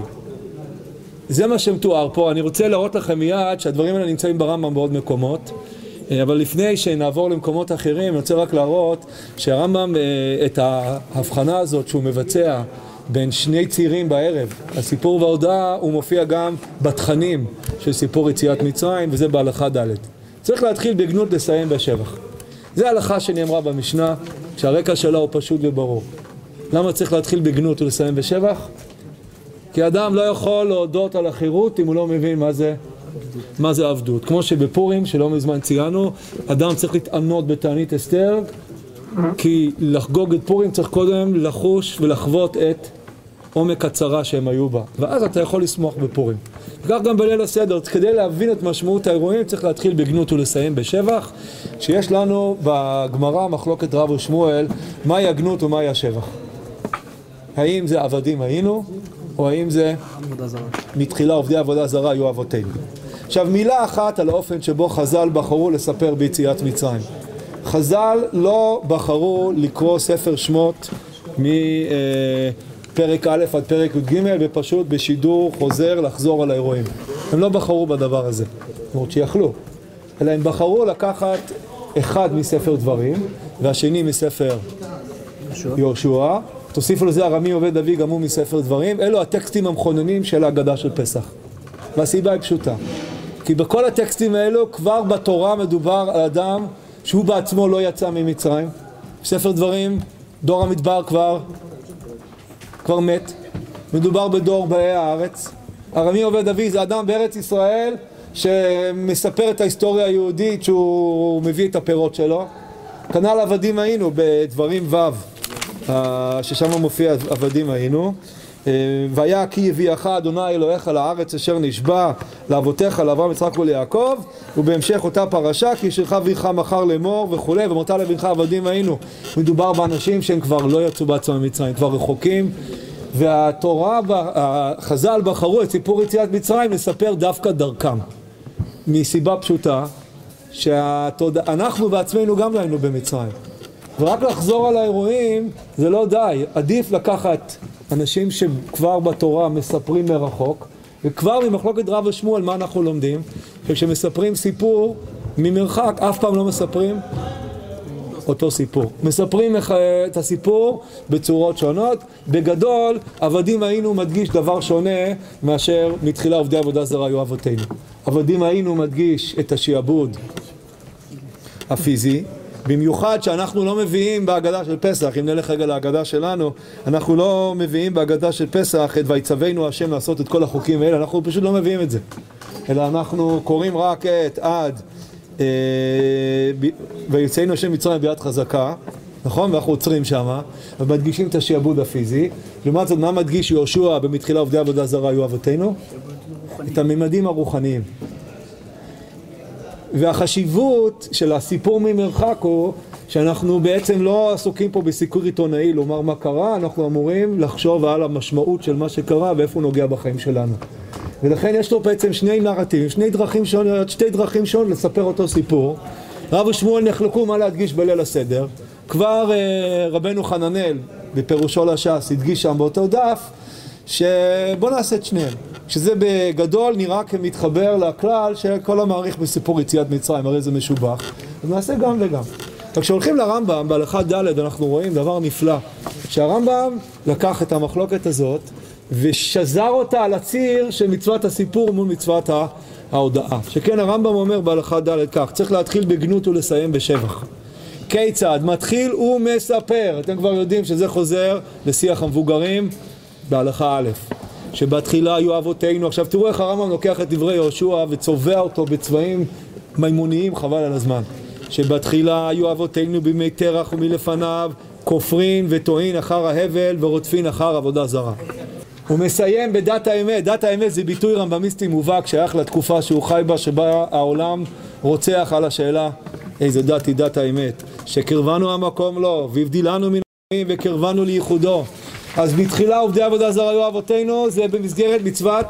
זה מה שמתואר פה. אני רוצה להראות לכם מיד שהדברים האלה נמצאים ברמב"ם בעוד מקומות, אבל לפני שנעבור למקומות אחרים, אני רוצה רק להראות שהרמב"ם את ההבחנה הזאת שהוא מבצע בין שני צירים בערב, הסיפור וההודעה, הוא מופיע גם בתכנים של סיפור יציאת מצרים, וזה בהלכה ד'. צריך להתחיל בגנות, לסיים בשבח. זה ההלכה שנאמרה במשנה, שהרקע שלה הוא פשוט וברור. למה צריך להתחיל בגנות ולסיים בשבח? כי אדם לא יכול להודות על החירות אם הוא לא מבין מה זה עבדות. כמו שבפורים, שלא מזמן ציינו, אדם צריך להתענות בתענית אסתר, כי לחגוג את פורים צריך קודם לחוש ולחוות את עומק הצרה שהם היו בה. ואז אתה יכול לשמוח בפורים. וכך גם בליל הסדר, כדי להבין את משמעות האירועים, צריך להתחיל בגנות ולסיים בשבח, שיש לנו בגמרא מחלוקת רב ושמואל, מהי הגנות ומהי השבח. האם זה עבדים היינו, או האם זה מתחילה עובדי עבודה זרה היו אבותינו. עכשיו מילה אחת על האופן שבו חז"ל בחרו לספר ביציאת מצרים. חז"ל לא בחרו לקרוא ספר שמות מפרק א' עד פרק י"ג, ופשוט בשידור חוזר לחזור על האירועים. הם לא בחרו בדבר הזה, למרות שיכלו, אלא הם בחרו לקחת אחד מספר דברים, והשני מספר יהושע, תוסיפו לזה ארמי עובד אבי גם הוא מספר דברים, אלו הטקסטים המכוננים של ההגדה של פסח. והסיבה היא פשוטה, כי בכל הטקסטים האלו כבר בתורה מדובר על אדם שהוא בעצמו לא יצא ממצרים. ספר דברים, דור המדבר כבר מת, מדובר בדור באי הארץ. ארמי עובד אבי זה אדם בארץ ישראל שמספר את ההיסטוריה היהודית שהוא מביא את הפירות שלו. כנ"ל עבדים היינו בדברים ו' ששם מופיע עבדים היינו. והיה כי יביאך אדוני אלוהיך לארץ אשר נשבע לאבותיך לאברהם יצחק וליעקב, ובהמשך אותה פרשה כי ישלחה אביך מחר לאמור וכו', ואמרת לבנך עבדים היינו. מדובר באנשים שהם כבר לא יצאו בעצמם ממצרים, כבר רחוקים, והתורה חז"ל בחרו את סיפור יציאת מצרים לספר דווקא דרכם, מסיבה פשוטה שאנחנו בעצמנו גם לא היינו במצרים, ורק לחזור על האירועים זה לא די. עדיף לקחת אנשים שכבר בתורה מספרים מרחוק, וכבר ממחלוקת רב ושמואל מה אנחנו לומדים? שכשמספרים סיפור ממרחק אף פעם לא מספרים אותו סיפור, מספרים את הסיפור בצורות שונות. בגדול עבדים היינו מדגיש דבר שונה מאשר מתחילה עובדי עבודה זרה היו אבותינו. עבדים היינו מדגיש את השעבוד הפיזי, במיוחד שאנחנו לא מביאים בהגדה של פסח. אם נלך רגע להגדה שלנו, אנחנו לא מביאים בהגדה של פסח את ויצווינו השם לעשות את כל החוקים האלה, אנחנו פשוט לא מביאים את זה, אלא אנחנו קוראים רק את עד ויצאנו השם מצרים ביד חזקה, נכון? ואנחנו עוצרים שמה ומדגישים את השעבוד הפיזי. לעומת זאת, מה מדגיש יהושע במתחילה עובדי עבודה זרה היו אבותינו? את הממדים הרוחניים. והחשיבות של הסיפור ממרחק הוא שאנחנו בעצם לא עסוקים פה בסיקור עיתונאי לומר מה קרה, אנחנו אמורים לחשוב על המשמעות של מה שקרה ואיפה הוא נוגע בחיים שלנו. ולכן יש לו בעצם שני נרטיבים, שתי דרכים שונות לספר אותו סיפור. רב ושמואל נחלקו מה להדגיש בליל הסדר. כבר רבנו חננאל בפירושו לש"ס הדגיש שם באותו דף שבוא נעשה את שניהם, שזה בגדול נראה כמתחבר לכלל שכל המעריך בסיפור יציאת מצרים, הרי זה משובח, אז נעשה גם וגם. כשהולכים לרמב"ם בהלכה ד' אנחנו רואים דבר נפלא, שהרמב"ם לקח את המחלוקת הזאת ושזר אותה על הציר של מצוות הסיפור מול מצוות ההודעה. שכן הרמב"ם אומר בהלכה ד' כך, צריך להתחיל בגנות ולסיים בשבח. כיצד? מתחיל ומספר. אתם כבר יודעים שזה חוזר לשיח המבוגרים בהלכה א', שבתחילה היו אבותינו. עכשיו תראו איך הרמב"ם לוקח את דברי יהושע וצובע אותו בצבעים מימוניים חבל על הזמן. שבתחילה היו אבותינו בימי תרח ומלפניו כופרין וטועין אחר ההבל ורודפין אחר עבודה זרה. הוא מסיים בדת האמת. דת האמת זה ביטוי רמב"מיסטי מובהק שייך לתקופה שהוא חי בה, שבה העולם רוצח על השאלה איזה דת היא דת האמת, שקרבנו המקום לו והבדילנו מן העמים וקרבנו לייחודו. אז בתחילה עובדי עבודה זרה היו אבותינו, זה במסגרת מצוות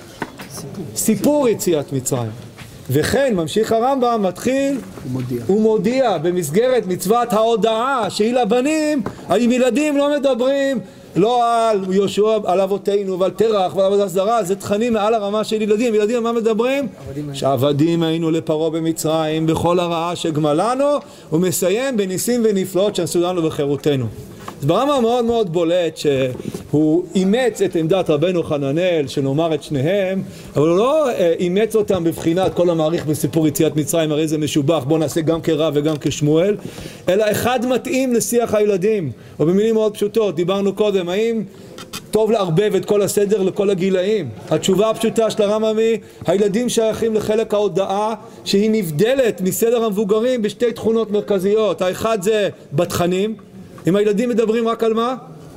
סיפור יציאת מצרים. וכן ממשיך הרמב"ם, מתחיל ומודיע במסגרת מצוות ההודעה שהיא לבנים. עם ילדים לא מדברים לא על יהושע, על אבותינו ועל תרח ועל עבודה זרה, זה תכנים מעל הרמה של ילדים. ילדים מה מדברים? שעבדים היינו לפרעה במצרים בכל הרעה שגמלנו, ומסיים בניסים ונפלאות שעשו לנו בחירותנו. אז ברמה מאוד מאוד בולט שהוא אימץ את עמדת רבנו חננאל שנאמר את שניהם, אבל הוא לא אימץ אותם בבחינת כל המעריך בסיפור יציאת מצרים הרי זה משובח בוא נעשה גם כרב וגם כשמואל, אלא אחד מתאים לשיח הילדים. או במילים מאוד פשוטות, דיברנו קודם, האם טוב לערבב את כל הסדר לכל הגילאים? התשובה הפשוטה של הרמב"ם היא הילדים שייכים לחלק ההודעה שהיא נבדלת מסדר המבוגרים בשתי תכונות מרכזיות. האחד זה בתכנים, אם הילדים מדברים רק על מה?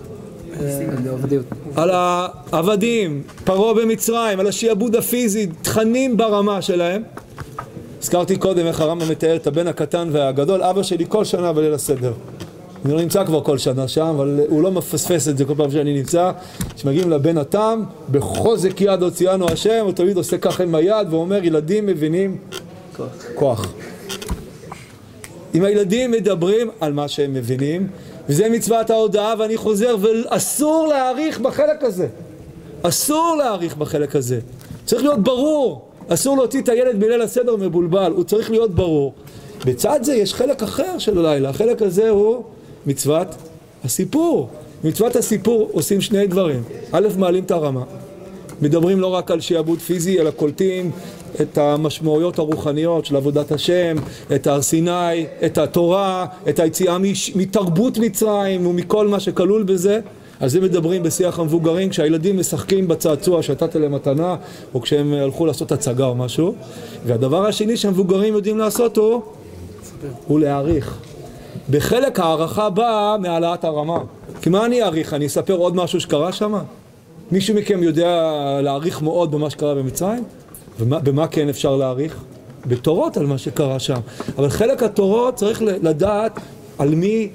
על העבדים, פרעה במצרים, על השעבוד הפיזי, תכנים ברמה שלהם. הזכרתי קודם איך הרמב"ם מתאר את הבן הקטן והגדול. אבא שלי כל שנה בליל הסדר, אני לא נמצא כבר כל שנה שם, אבל הוא לא מפספס את זה כל פעם שאני נמצא. כשמגיעים לבן התם, בחוזק יד הוציאנו השם, הוא תמיד עושה ככה עם היד ואומר ילדים מבינים כוח. אם הילדים מדברים על מה שהם מבינים, וזה מצוות ההודעה, ואני חוזר, ואסור להאריך בחלק הזה. אסור להאריך בחלק הזה. צריך להיות ברור. אסור להוציא את הילד בליל הסדר מבולבל, הוא צריך להיות ברור. בצד זה יש חלק אחר של הלילה, החלק הזה הוא מצוות הסיפור. מצוות הסיפור עושים שני דברים. א', מעלים את הרמה. מדברים לא רק על שיעבוד פיזי, אלא קולטים את המשמעויות הרוחניות של עבודת השם, את הר סיני, את התורה, את היציאה מתרבות מצרים ומכל מה שכלול בזה. על זה מדברים בשיח המבוגרים, כשהילדים משחקים בצעצוע שנתת להם מתנה, או כשהם הלכו לעשות הצגה או משהו. והדבר השני שהמבוגרים יודעים לעשות הוא להעריך. בחלק הערכה באה מהעלאת הרמה. כי מה אני אעריך? אני אספר עוד משהו שקרה שם? מישהו מכם יודע להעריך מאוד במה שקרה במצרים? במה כן אפשר להעריך? בתורות על מה שקרה שם. אבל חלק התורות צריך לדעת על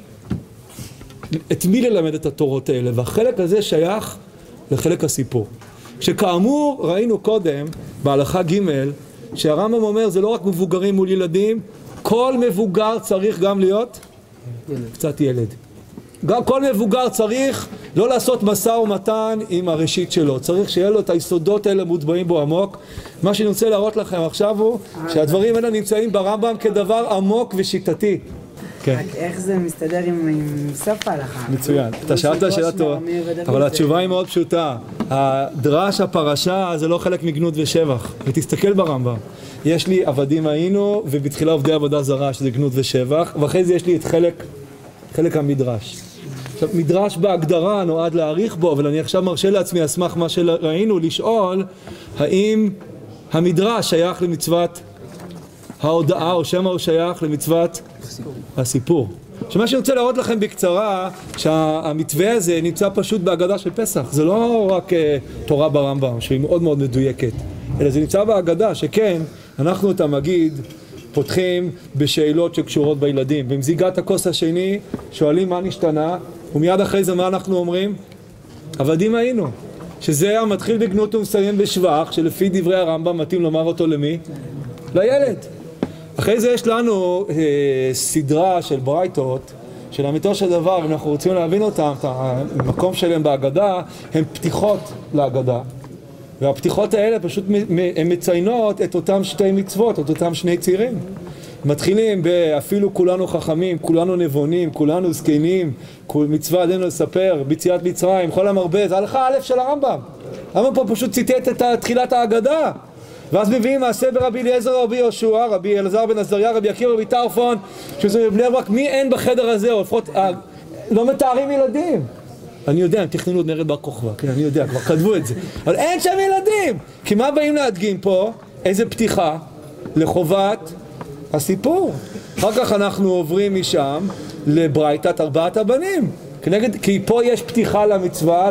את מי ללמד את התורות האלה, והחלק הזה שייך לחלק הסיפור. שכאמור ראינו קודם בהלכה ג' שהרמב"ם אומר זה לא רק מבוגרים מול ילדים, כל מבוגר צריך גם להיות קצת ילד. גם כל מבוגר צריך לא לעשות משא ומתן עם הראשית שלו, צריך שיהיה לו את היסודות האלה מוטבעים בו עמוק. מה שאני רוצה להראות לכם עכשיו הוא שהדברים האלה נמצאים ברמב"ם כדבר עמוק ושיטתי. רק איך זה מסתדר עם סוף ההלכה? מצוין, אתה שאלת שאלה טובה, אבל התשובה היא מאוד פשוטה. הדרש הפרשה זה לא חלק מגנות ושבח, ותסתכל ברמב"ם. יש לי עבדים היינו ובתחילה עובדי עבודה זרה שזה גנות ושבח, ואחרי זה יש לי את חלק המדרש. עכשיו מדרש בהגדרה נועד להעריך בו, אבל אני עכשיו מרשה לעצמי על סמך מה שראינו לשאול האם המדרש שייך למצוות ההודעה או שמא הוא שייך למצוות הסיפור. שמה שאני רוצה להראות לכם בקצרה שהמתווה הזה נמצא פשוט בהגדה של פסח, זה לא רק תורה ברמב"ם שהיא מאוד מאוד מדויקת, אלא זה נמצא בהגדה שכן אנחנו את המגיד פותחים בשאלות שקשורות בילדים. במזיגת הכוס השני שואלים מה נשתנה, ומיד אחרי זה מה אנחנו אומרים? עבדים היינו, שזה המתחיל בגנות ומסיים בשבח, שלפי דברי הרמב"ם מתאים לומר אותו למי? לילד. אחרי זה יש לנו סדרה של ברייתות, של אמיתו של דבר, אם אנחנו רוצים להבין אותם, את המקום שלהם בהגדה, הם פתיחות להגדה. והפתיחות האלה פשוט הן מציינות את אותם שתי מצוות, את אותם שני צירים. מתחילים באפילו כולנו חכמים, כולנו נבונים, כולנו זקנים, מצווה עלינו לספר, ביציאת מצרים, כל המרבה, זה הלכה א' של הרמב"ם. הרמב"ם פה פשוט ציטט את תחילת ההגדה. ואז מביאים מעשה ברבי אליעזר, רבי יהושע, רבי אלעזר בן עזריה, רבי עקיבא, רבי טרפון, שזה בבני ברק, מי אין בחדר הזה, או לפחות לא מתארים ילדים. אני יודע, הם תכננו את מרד בר כוכבא, כן, אני יודע, כבר כתבו את זה. אבל אין שם ילדים! כי מה באים להדגים פה? איזה פתיחה לחובת הסיפור. אחר כך אנחנו עוברים משם לברייתת ארבעת הבנים. כי פה יש פתיחה למצווה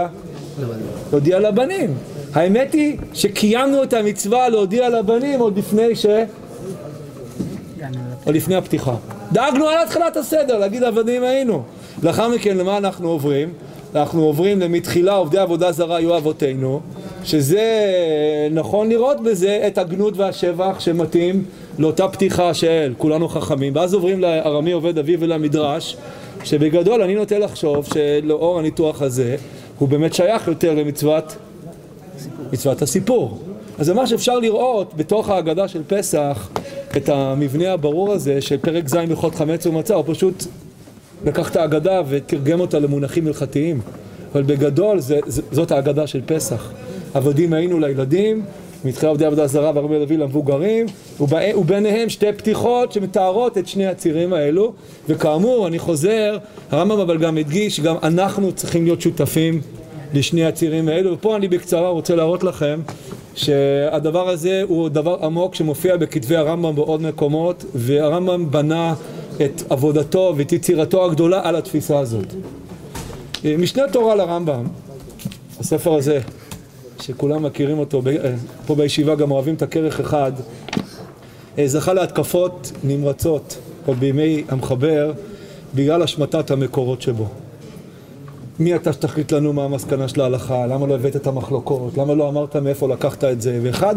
להודיע לבנים. האמת היא שקיימנו את המצווה להודיע לבנים עוד לפני הפתיחה. דאגנו על התחלת הסדר, להגיד עבדים היינו. לאחר מכן למה אנחנו עוברים? אנחנו עוברים למתחילה עובדי עבודה זרה היו אבותינו, שזה נכון לראות בזה את הגנות והשבח שמתאים לאותה פתיחה של כולנו חכמים. ואז עוברים לארמי עובד אביו ולמדרש, שבגדול אני נוטה לחשוב שלאור הניתוח הזה הוא באמת שייך יותר למצוות הסיפור. אז זה מה שאפשר לראות בתוך ההגדה של פסח, את המבנה הברור הזה של פרק ז' הלכות חמץ ומצה, הוא פשוט לקח את ההגדה ותרגם אותה למונחים הלכתיים. אבל בגדול זאת ההגדה של פסח. עבדים היינו לילדים, מתחילה עובדי עבודה זרה והרבה להביא למבוגרים, וביניהם שתי פתיחות שמתארות את שני הצירים האלו. וכאמור, אני חוזר, הרמב"ם אבל גם הדגיש שגם אנחנו צריכים להיות שותפים לשני הצירים האלו. ופה אני בקצרה רוצה להראות לכם שהדבר הזה הוא דבר עמוק שמופיע בכתבי הרמב"ם בעוד מקומות, והרמב"ם בנה את עבודתו ואת יצירתו הגדולה על התפיסה הזאת. משנה תורה לרמב"ם, הספר הזה שכולם מכירים אותו, פה בישיבה גם אוהבים את הכרך אחד, זכה להתקפות נמרצות עוד בימי המחבר בגלל השמטת המקורות שבו. מי אתה שתחליט לנו מה המסקנה של ההלכה? למה לא הבאת את המחלוקות? למה לא אמרת מאיפה לקחת את זה? ואחד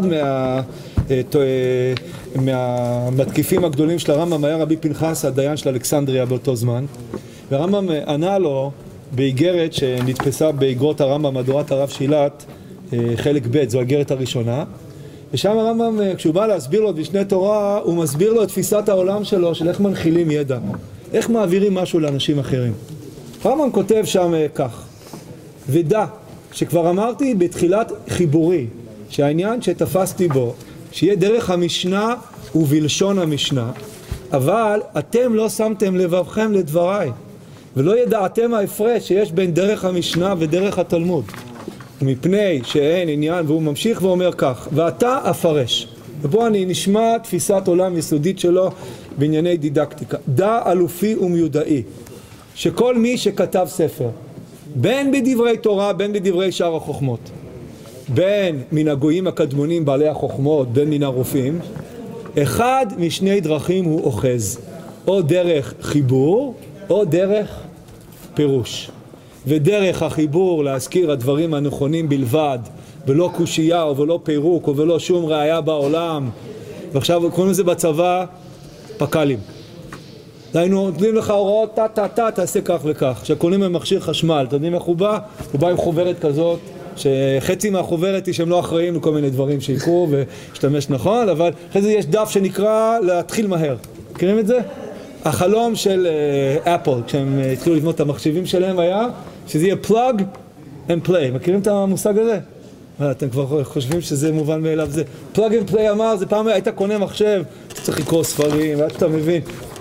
מהמתקיפים הגדולים של הרמב"ם היה רבי פנחס, הדיין של אלכסנדריה באותו זמן. והרמב"ם ענה לו באיגרת שנתפסה באיגרות הרמב"ם, מהדורת הרב שילת, חלק ב', זו האיגרת הראשונה. ושם הרמב"ם, כשהוא בא להסביר לו את משנה תורה, הוא מסביר לו את תפיסת העולם שלו, של איך מנחילים ידע, איך מעבירים משהו לאנשים אחרים. הרמב"ם כותב שם כך, ודע, שכבר אמרתי בתחילת חיבורי, שהעניין שתפסתי בו, שיהיה דרך המשנה ובלשון המשנה, אבל אתם לא שמתם לבבכם לדבריי, ולא ידעתם ההפרש שיש בין דרך המשנה ודרך התלמוד. מפני שאין עניין, והוא ממשיך ואומר כך, ואתה אפרש. ופה אני נשמע תפיסת עולם יסודית שלו בענייני דידקטיקה. דע אלופי ומיודעי, שכל מי שכתב ספר, בין בדברי תורה, בין בדברי שאר החוכמות, בין מן הגויים הקדמונים בעלי החוכמות, בין מן הרופאים, אחד משני דרכים הוא אוחז, או דרך חיבור, או דרך פירוש. ודרך החיבור להזכיר הדברים הנכונים בלבד, ולא קושייה ולא פירוק ולא שום ראיה בעולם. ועכשיו קוראים לזה בצבא פקלים. דיינו, נותנים לך הוראות, תעשה כך וכך. כשקונים במכשיר חשמל, אתם יודעים איך הוא בא? הוא בא עם חוברת כזאת, שחצי מהחוברת היא שהם לא אחראים לכל מיני דברים שיקרו והשתמש נכון, אבל אחרי זה יש דף שנקרא להתחיל מהר. מכירים את זה? החלום של אפל, כשהם התחילו לבנות את המחשבים שלהם היה שזה יהיה plug and play. מכירים את המושג הזה? אתם כבר חושבים שזה מובן מאליו. זה plug and play אמר, זה פעם היית קונה מחשב, צריך לקרוא ספרים, ועד שאתה מבין.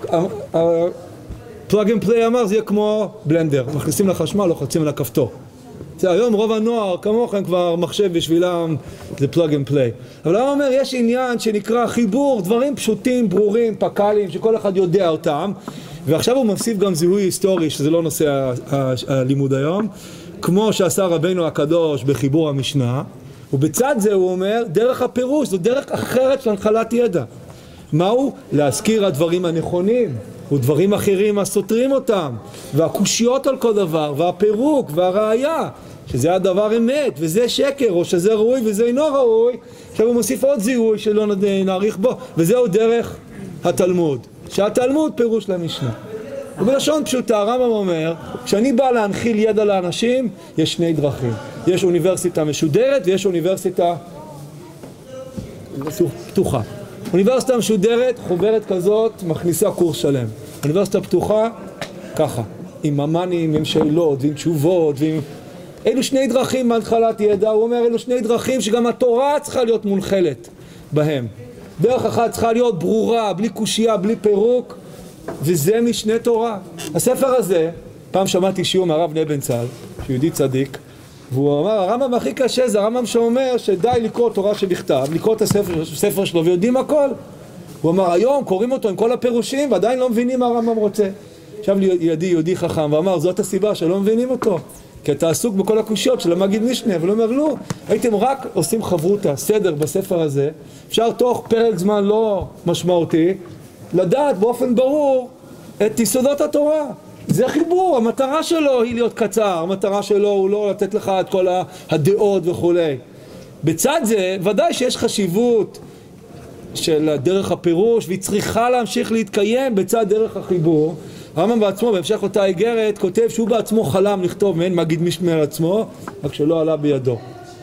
plug and play אמר, זה יהיה כמו בלנדר, מכניסים לחשמל, לוחצים על הכפתור. היום רוב הנוער, כמוכם כבר מחשב בשבילם, זה plug and play. אבל הוא אומר, יש עניין שנקרא חיבור, דברים פשוטים, ברורים, פקלים, שכל אחד יודע אותם, ועכשיו הוא מוסיף גם זיהוי היסטורי, שזה לא נושא הלימוד היום, כמו שעשה רבינו הקדוש בחיבור המשנה, ובצד זה הוא אומר, דרך הפירוש, זו דרך אחרת של הנחלת ידע. מהו? להזכיר הדברים הנכונים, ודברים אחרים הסותרים אותם, והקושיות על כל דבר, והפירוק, והראיה, שזה הדבר אמת, וזה שקר, או שזה ראוי וזה אינו ראוי. עכשיו הוא מוסיף עוד זיהוי שלא נעריך בו, וזהו דרך התלמוד, שהתלמוד פירוש למשנה. ובלשון פשוטה, הרמב"ם אומר, כשאני בא להנחיל ידע לאנשים, יש שני דרכים. יש אוניברסיטה משודרת ויש אוניברסיטה פתוחה. אוניברסיטה משודרת, חוברת כזאת, מכניסה קורס שלם. אוניברסיטה פתוחה, ככה, עם ממנים, עם שאלות, ועם תשובות, ועם... אלו שני דרכים בהתחלת ידע, הוא אומר, אלו שני דרכים שגם התורה צריכה להיות מונחלת בהם. דרך אחת צריכה להיות ברורה, בלי קושייה, בלי פירוק, וזה משנה תורה. הספר הזה, פעם שמעתי שיעור מהרב נבנצל, שיהודי צדיק, והוא אמר, הרמב"ם הכי קשה זה הרמב"ם שאומר שדי לקרוא תורה שבכתב, לקרוא את הספר שלו ויודעים הכל. הוא אמר, היום קוראים אותו עם כל הפירושים ועדיין לא מבינים מה הרמב"ם רוצה. עכשיו לידי יהודי חכם ואמר, זאת הסיבה שלא מבינים אותו, כי אתה עסוק בכל הקושיות של המגיד משנה. ולא אומר, לא, הייתם רק עושים חברותה, סדר בספר הזה, אפשר תוך פרק זמן לא משמעותי לדעת באופן ברור את יסודות התורה. זה חיבור, המטרה שלו היא להיות קצר, המטרה שלו הוא לא לתת לך את כל הדעות וכו'. בצד זה, ודאי שיש חשיבות של דרך הפירוש, והיא צריכה להמשיך להתקיים בצד דרך החיבור. הרמב"ם בעצמו, בהמשך אותה איגרת, כותב שהוא בעצמו חלם לכתוב מעין מגיד משנה על עצמו, רק שלא עלה בידו.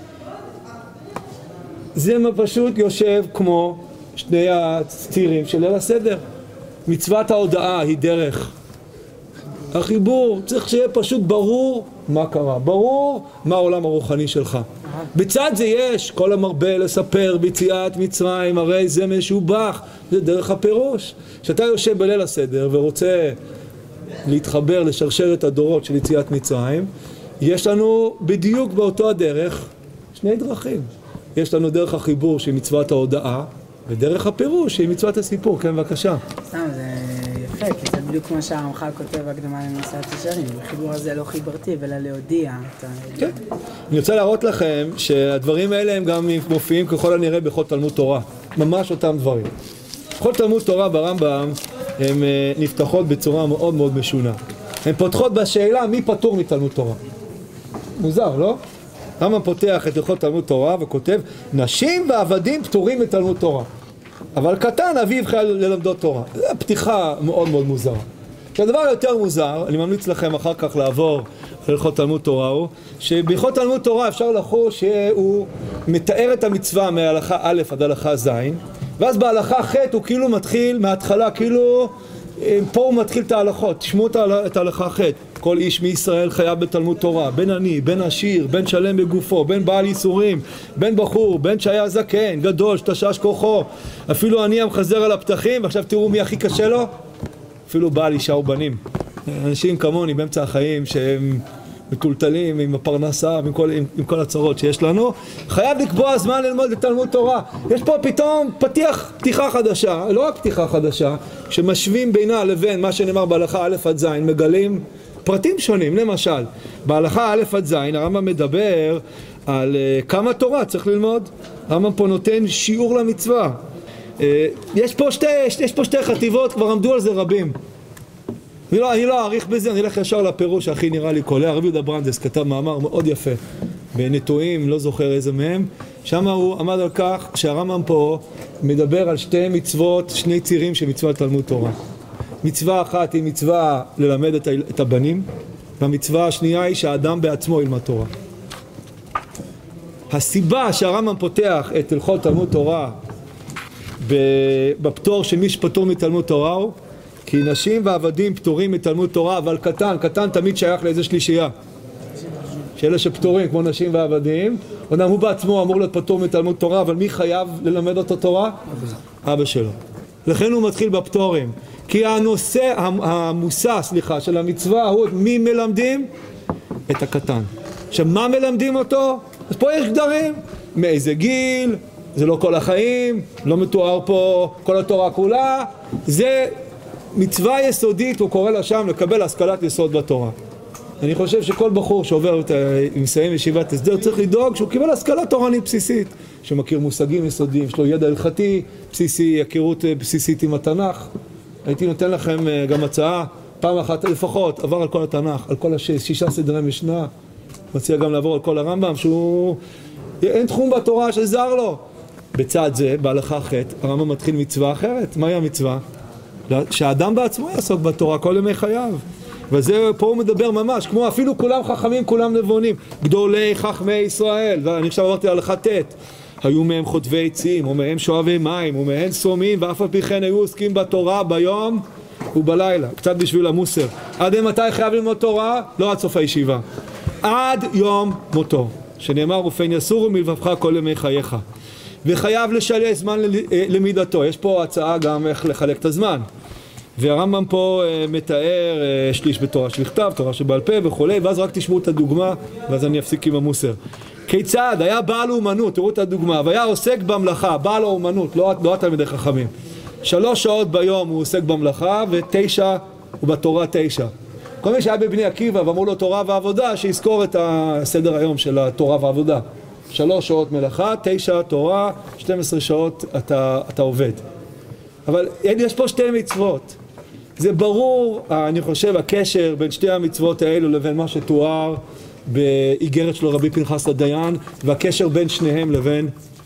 זה פשוט יושב כמו שני הצירים של ליל הסדר. מצוות ההודעה היא דרך החיבור, צריך שיהיה פשוט ברור מה קרה, ברור מה העולם הרוחני שלך. בצד זה יש כל המרבה לספר ביציאת מצרים, הרי זה משובח, זה דרך הפירוש. כשאתה יושב בליל הסדר ורוצה להתחבר לשרשרת הדורות של יציאת מצרים, יש לנו בדיוק באותו הדרך שני דרכים. יש לנו דרך החיבור שהיא מצוות ההודעה, ודרך הפירוש שהיא מצוות הסיפור. כן, בבקשה. סתם, זה יפה, כי זה בדיוק כמו שהרמח"ל כותב הקדמה לנושא התשרים. החיבור הזה לא חיברתי, אלא להודיע. כן. אני רוצה להראות לכם שהדברים האלה הם גם מופיעים ככל הנראה בכל תלמוד תורה. ממש אותם דברים. בכל תלמוד תורה ברמב"ם הן נפתחות בצורה מאוד מאוד משונה. הן פותחות בשאלה מי פטור מתלמוד תורה. מוזר, לא? הרמב"ם פותח את הלכות תלמוד תורה וכותב, נשים ועבדים פטורים מתלמוד תורה. אבל קטן אביו חייב ללמדות תורה. זו פתיחה מאוד מאוד מוזרה. שהדבר היותר מוזר, אני ממליץ לכם אחר כך לעבור הלכות תלמוד תורה הוא, שבהלכות תלמוד תורה אפשר לחוש שהוא מתאר את המצווה מהלכה א' עד הלכה ז', ואז בהלכה ח' הוא כאילו מתחיל מההתחלה, כאילו פה הוא מתחיל את ההלכות. תשמעו את ההלכה ח': כל איש מישראל חייב בתלמוד תורה, בין עני, בין עשיר, בין שלם בגופו, בין בעל ייסורים, בין בחור, בין שהיה זקן, גדול, שתשש כוחו, אפילו עני המחזר על הפתחים. ועכשיו תראו מי הכי קשה לו? אפילו בעל אישה ובנים. אנשים כמוני באמצע החיים שהם מטולטלים עם הפרנסה, עם כל הצרות שיש לנו, חייב לקבוע זמן ללמוד את תלמוד תורה. יש פה פתאום פתיחה חדשה, לא רק פתיחה חדשה, שמשווים בינה לבין מה שנאמר בהלכה א' עד ז', מגלים פרטים שונים. למשל, בהלכה א' עד ז' הרמב"ם מדבר על כמה תורה צריך ללמוד. הרמב"ם פה נותן שיעור למצווה. יש פה שתי חטיבות, כבר עמדו על זה רבים. אני לא אעריך בזה, אני אלך ישר לפירוש הכי נראה לי קולע. רבי יהודה ברנדס כתב מאמר מאוד יפה בנטועים, לא זוכר איזה מהם, שם הוא עמד על כך שהרמב"ם פה מדבר על שתי מצוות, שני צירים של מצוות תלמוד תורה. מצווה אחת היא מצווה ללמד את הבנים, והמצווה השנייה היא שהאדם בעצמו ילמד תורה. הסיבה שהרמב"ם פותח את הלכות תלמוד תורה בפטור שמי שפטור מתלמוד תורה הוא כי נשים ועבדים פטורים מתלמוד תורה, אבל קטן תמיד שייך לאיזה שלישייה. שאלה שפטורים כמו נשים ועבדים, אומנם הוא בעצמו אמור להיות פטור מתלמוד תורה, אבל מי חייב ללמד אותו תורה? אבא שלו. לכן הוא מתחיל בפטורים. כי הנושא, המושא, של המצווה הוא מי מלמדים? את הקטן. עכשיו מה מלמדים אותו? אז פה יש גדרים. מאיזה גיל? זה לא כל החיים, לא מתואר פה כל התורה כולה. זה מצווה יסודית, הוא קורא לה שם לקבל השכלת יסוד בתורה. אני חושב שכל בחור שעובר ומסיים ישיבת הסדר צריך לדאוג שהוא קיבל השכלה תורנית בסיסית, שמכיר מושגים יסודיים, יש לו ידע הלכתי בסיסי, הכירות בסיסית עם התנ"ך. הייתי נותן לכם גם הצעה, פעם אחת לפחות עבר על כל התנ"ך, על כל 6 סדרי משנה, מציע גם לעבור על כל הרמב"ם, שהוא אין תחום בתורה שזר לו. בצד זה, בהלכה ח' הרמב"ם מתחיל מצווה אחרת. מהי המצווה? שהאדם בעצמו יעסוק בתורה כל ימי חייו. וזה פה הוא מדבר ממש, כמו אפילו כולם חכמים, כולם נבונים, גדולי חכמי ישראל. ואני עכשיו עברתי להלכה ט': היו מהם חוטבי עצים, או מהם שואבי מים, או מהם סומים, ואף על פי כן היו עוסקים בתורה ביום ובלילה. קצת בשביל המוסר. עד מתי חייב ללמוד תורה? לא עד סוף הישיבה, עד יום מותו, שנאמר ופן יסורו מלבבך כל ימי חייך. וחייב לשלם זמן למידתו. יש פה הצעה גם איך לחלק את הזמן, והרמב"ם פה מתאר שליש בתורה שבכתב, תורה שבעל פה וכולי. ואז רק תשמעו את הדוגמה, ואז אני אפסיק עם המוסר. כיצד היה בעל אומנות, תראו את הדוגמה, והיה עוסק במלאכה, בעל האומנות, לא התלמידי חכמים. 3 שעות ביום הוא עוסק במלאכה, ו9 הוא בתורה 9. כל מי שהיה בבני עקיבא ואמרו לו תורה ועבודה, שיזכור את הסדר היום של התורה ועבודה. 3 שעות מלאכה, 9 תורה, 12 שעות אתה עובד. אבל יש פה 2 מצוות. זה ברור, אני חושב, הקשר בין 2 המצוות האלו לבין מה שתואר באיגרת של רבי פנחס הדיין, והקשר בין שניהם לבין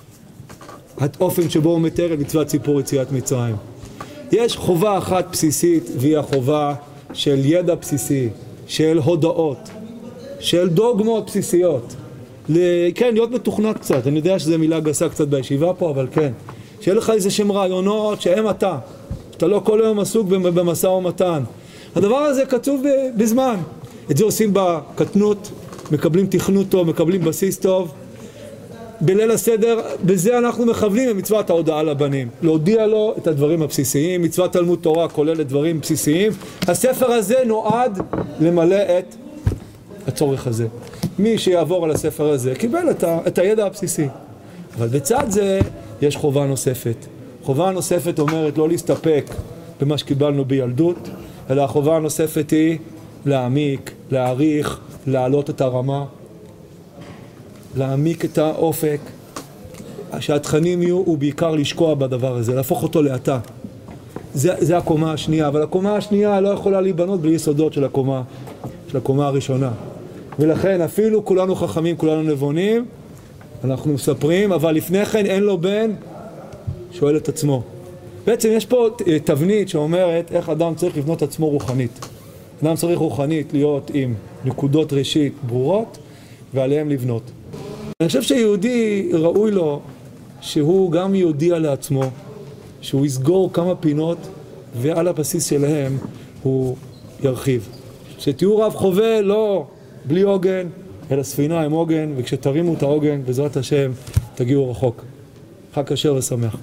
האופן שבו הוא מתאר את מצוות סיפור יציאת מצרים. יש חובה אחת בסיסית, והיא החובה של ידע בסיסי, של הודעות, של דוגמות בסיסיות. כן, להיות מתוכנת קצת. אני יודע שזו מילה גסה קצת בישיבה פה, אבל כן. שיהיה לך איזה שם רעיונות שהם אתה לא כל היום עסוק במשא ומתן. הדבר הזה קצוב בזמן. את זה עושים בקטנות, מקבלים תכנות טוב, מקבלים בסיס טוב. בליל הסדר, בזה אנחנו מכוונים במצוות ההודעה לבנים. להודיע לו את הדברים הבסיסיים. מצוות תלמוד תורה כוללת דברים בסיסיים. הספר הזה נועד למלא את הצורך הזה. מי שיעבור על הספר הזה קיבל את הידע הבסיסי. אבל בצד זה יש חובה נוספת. חובה נוספת אומרת לא להסתפק במה שקיבלנו בילדות, אלא החובה הנוספת היא להעמיק, להעריך, להעלות את הרמה, להעמיק את האופק, שהתכנים יהיו ובעיקר לשקוע בדבר הזה, להפוך אותו לאתה. זה הקומה השנייה, אבל הקומה השנייה לא יכולה להיבנות בלי יסודות של הקומה הראשונה. ולכן אפילו כולנו חכמים, כולנו נבונים, אנחנו מספרים, אבל לפני כן אין לו בן, שואל את עצמו. בעצם יש פה תבנית שאומרת איך אדם צריך לבנות עצמו רוחנית. אדם צריך רוחנית להיות עם נקודות ראשית ברורות ועליהם לבנות. אני חושב שיהודי ראוי לו שהוא גם יודיע לעצמו, שהוא יסגור כמה פינות ועל הבסיס שלהם הוא ירחיב. שתהיו רב חובל לא בלי עוגן, אלא ספינה עם עוגן, וכשתרימו את העוגן בעזרת השם תגיעו רחוק. חג כשר ושמח.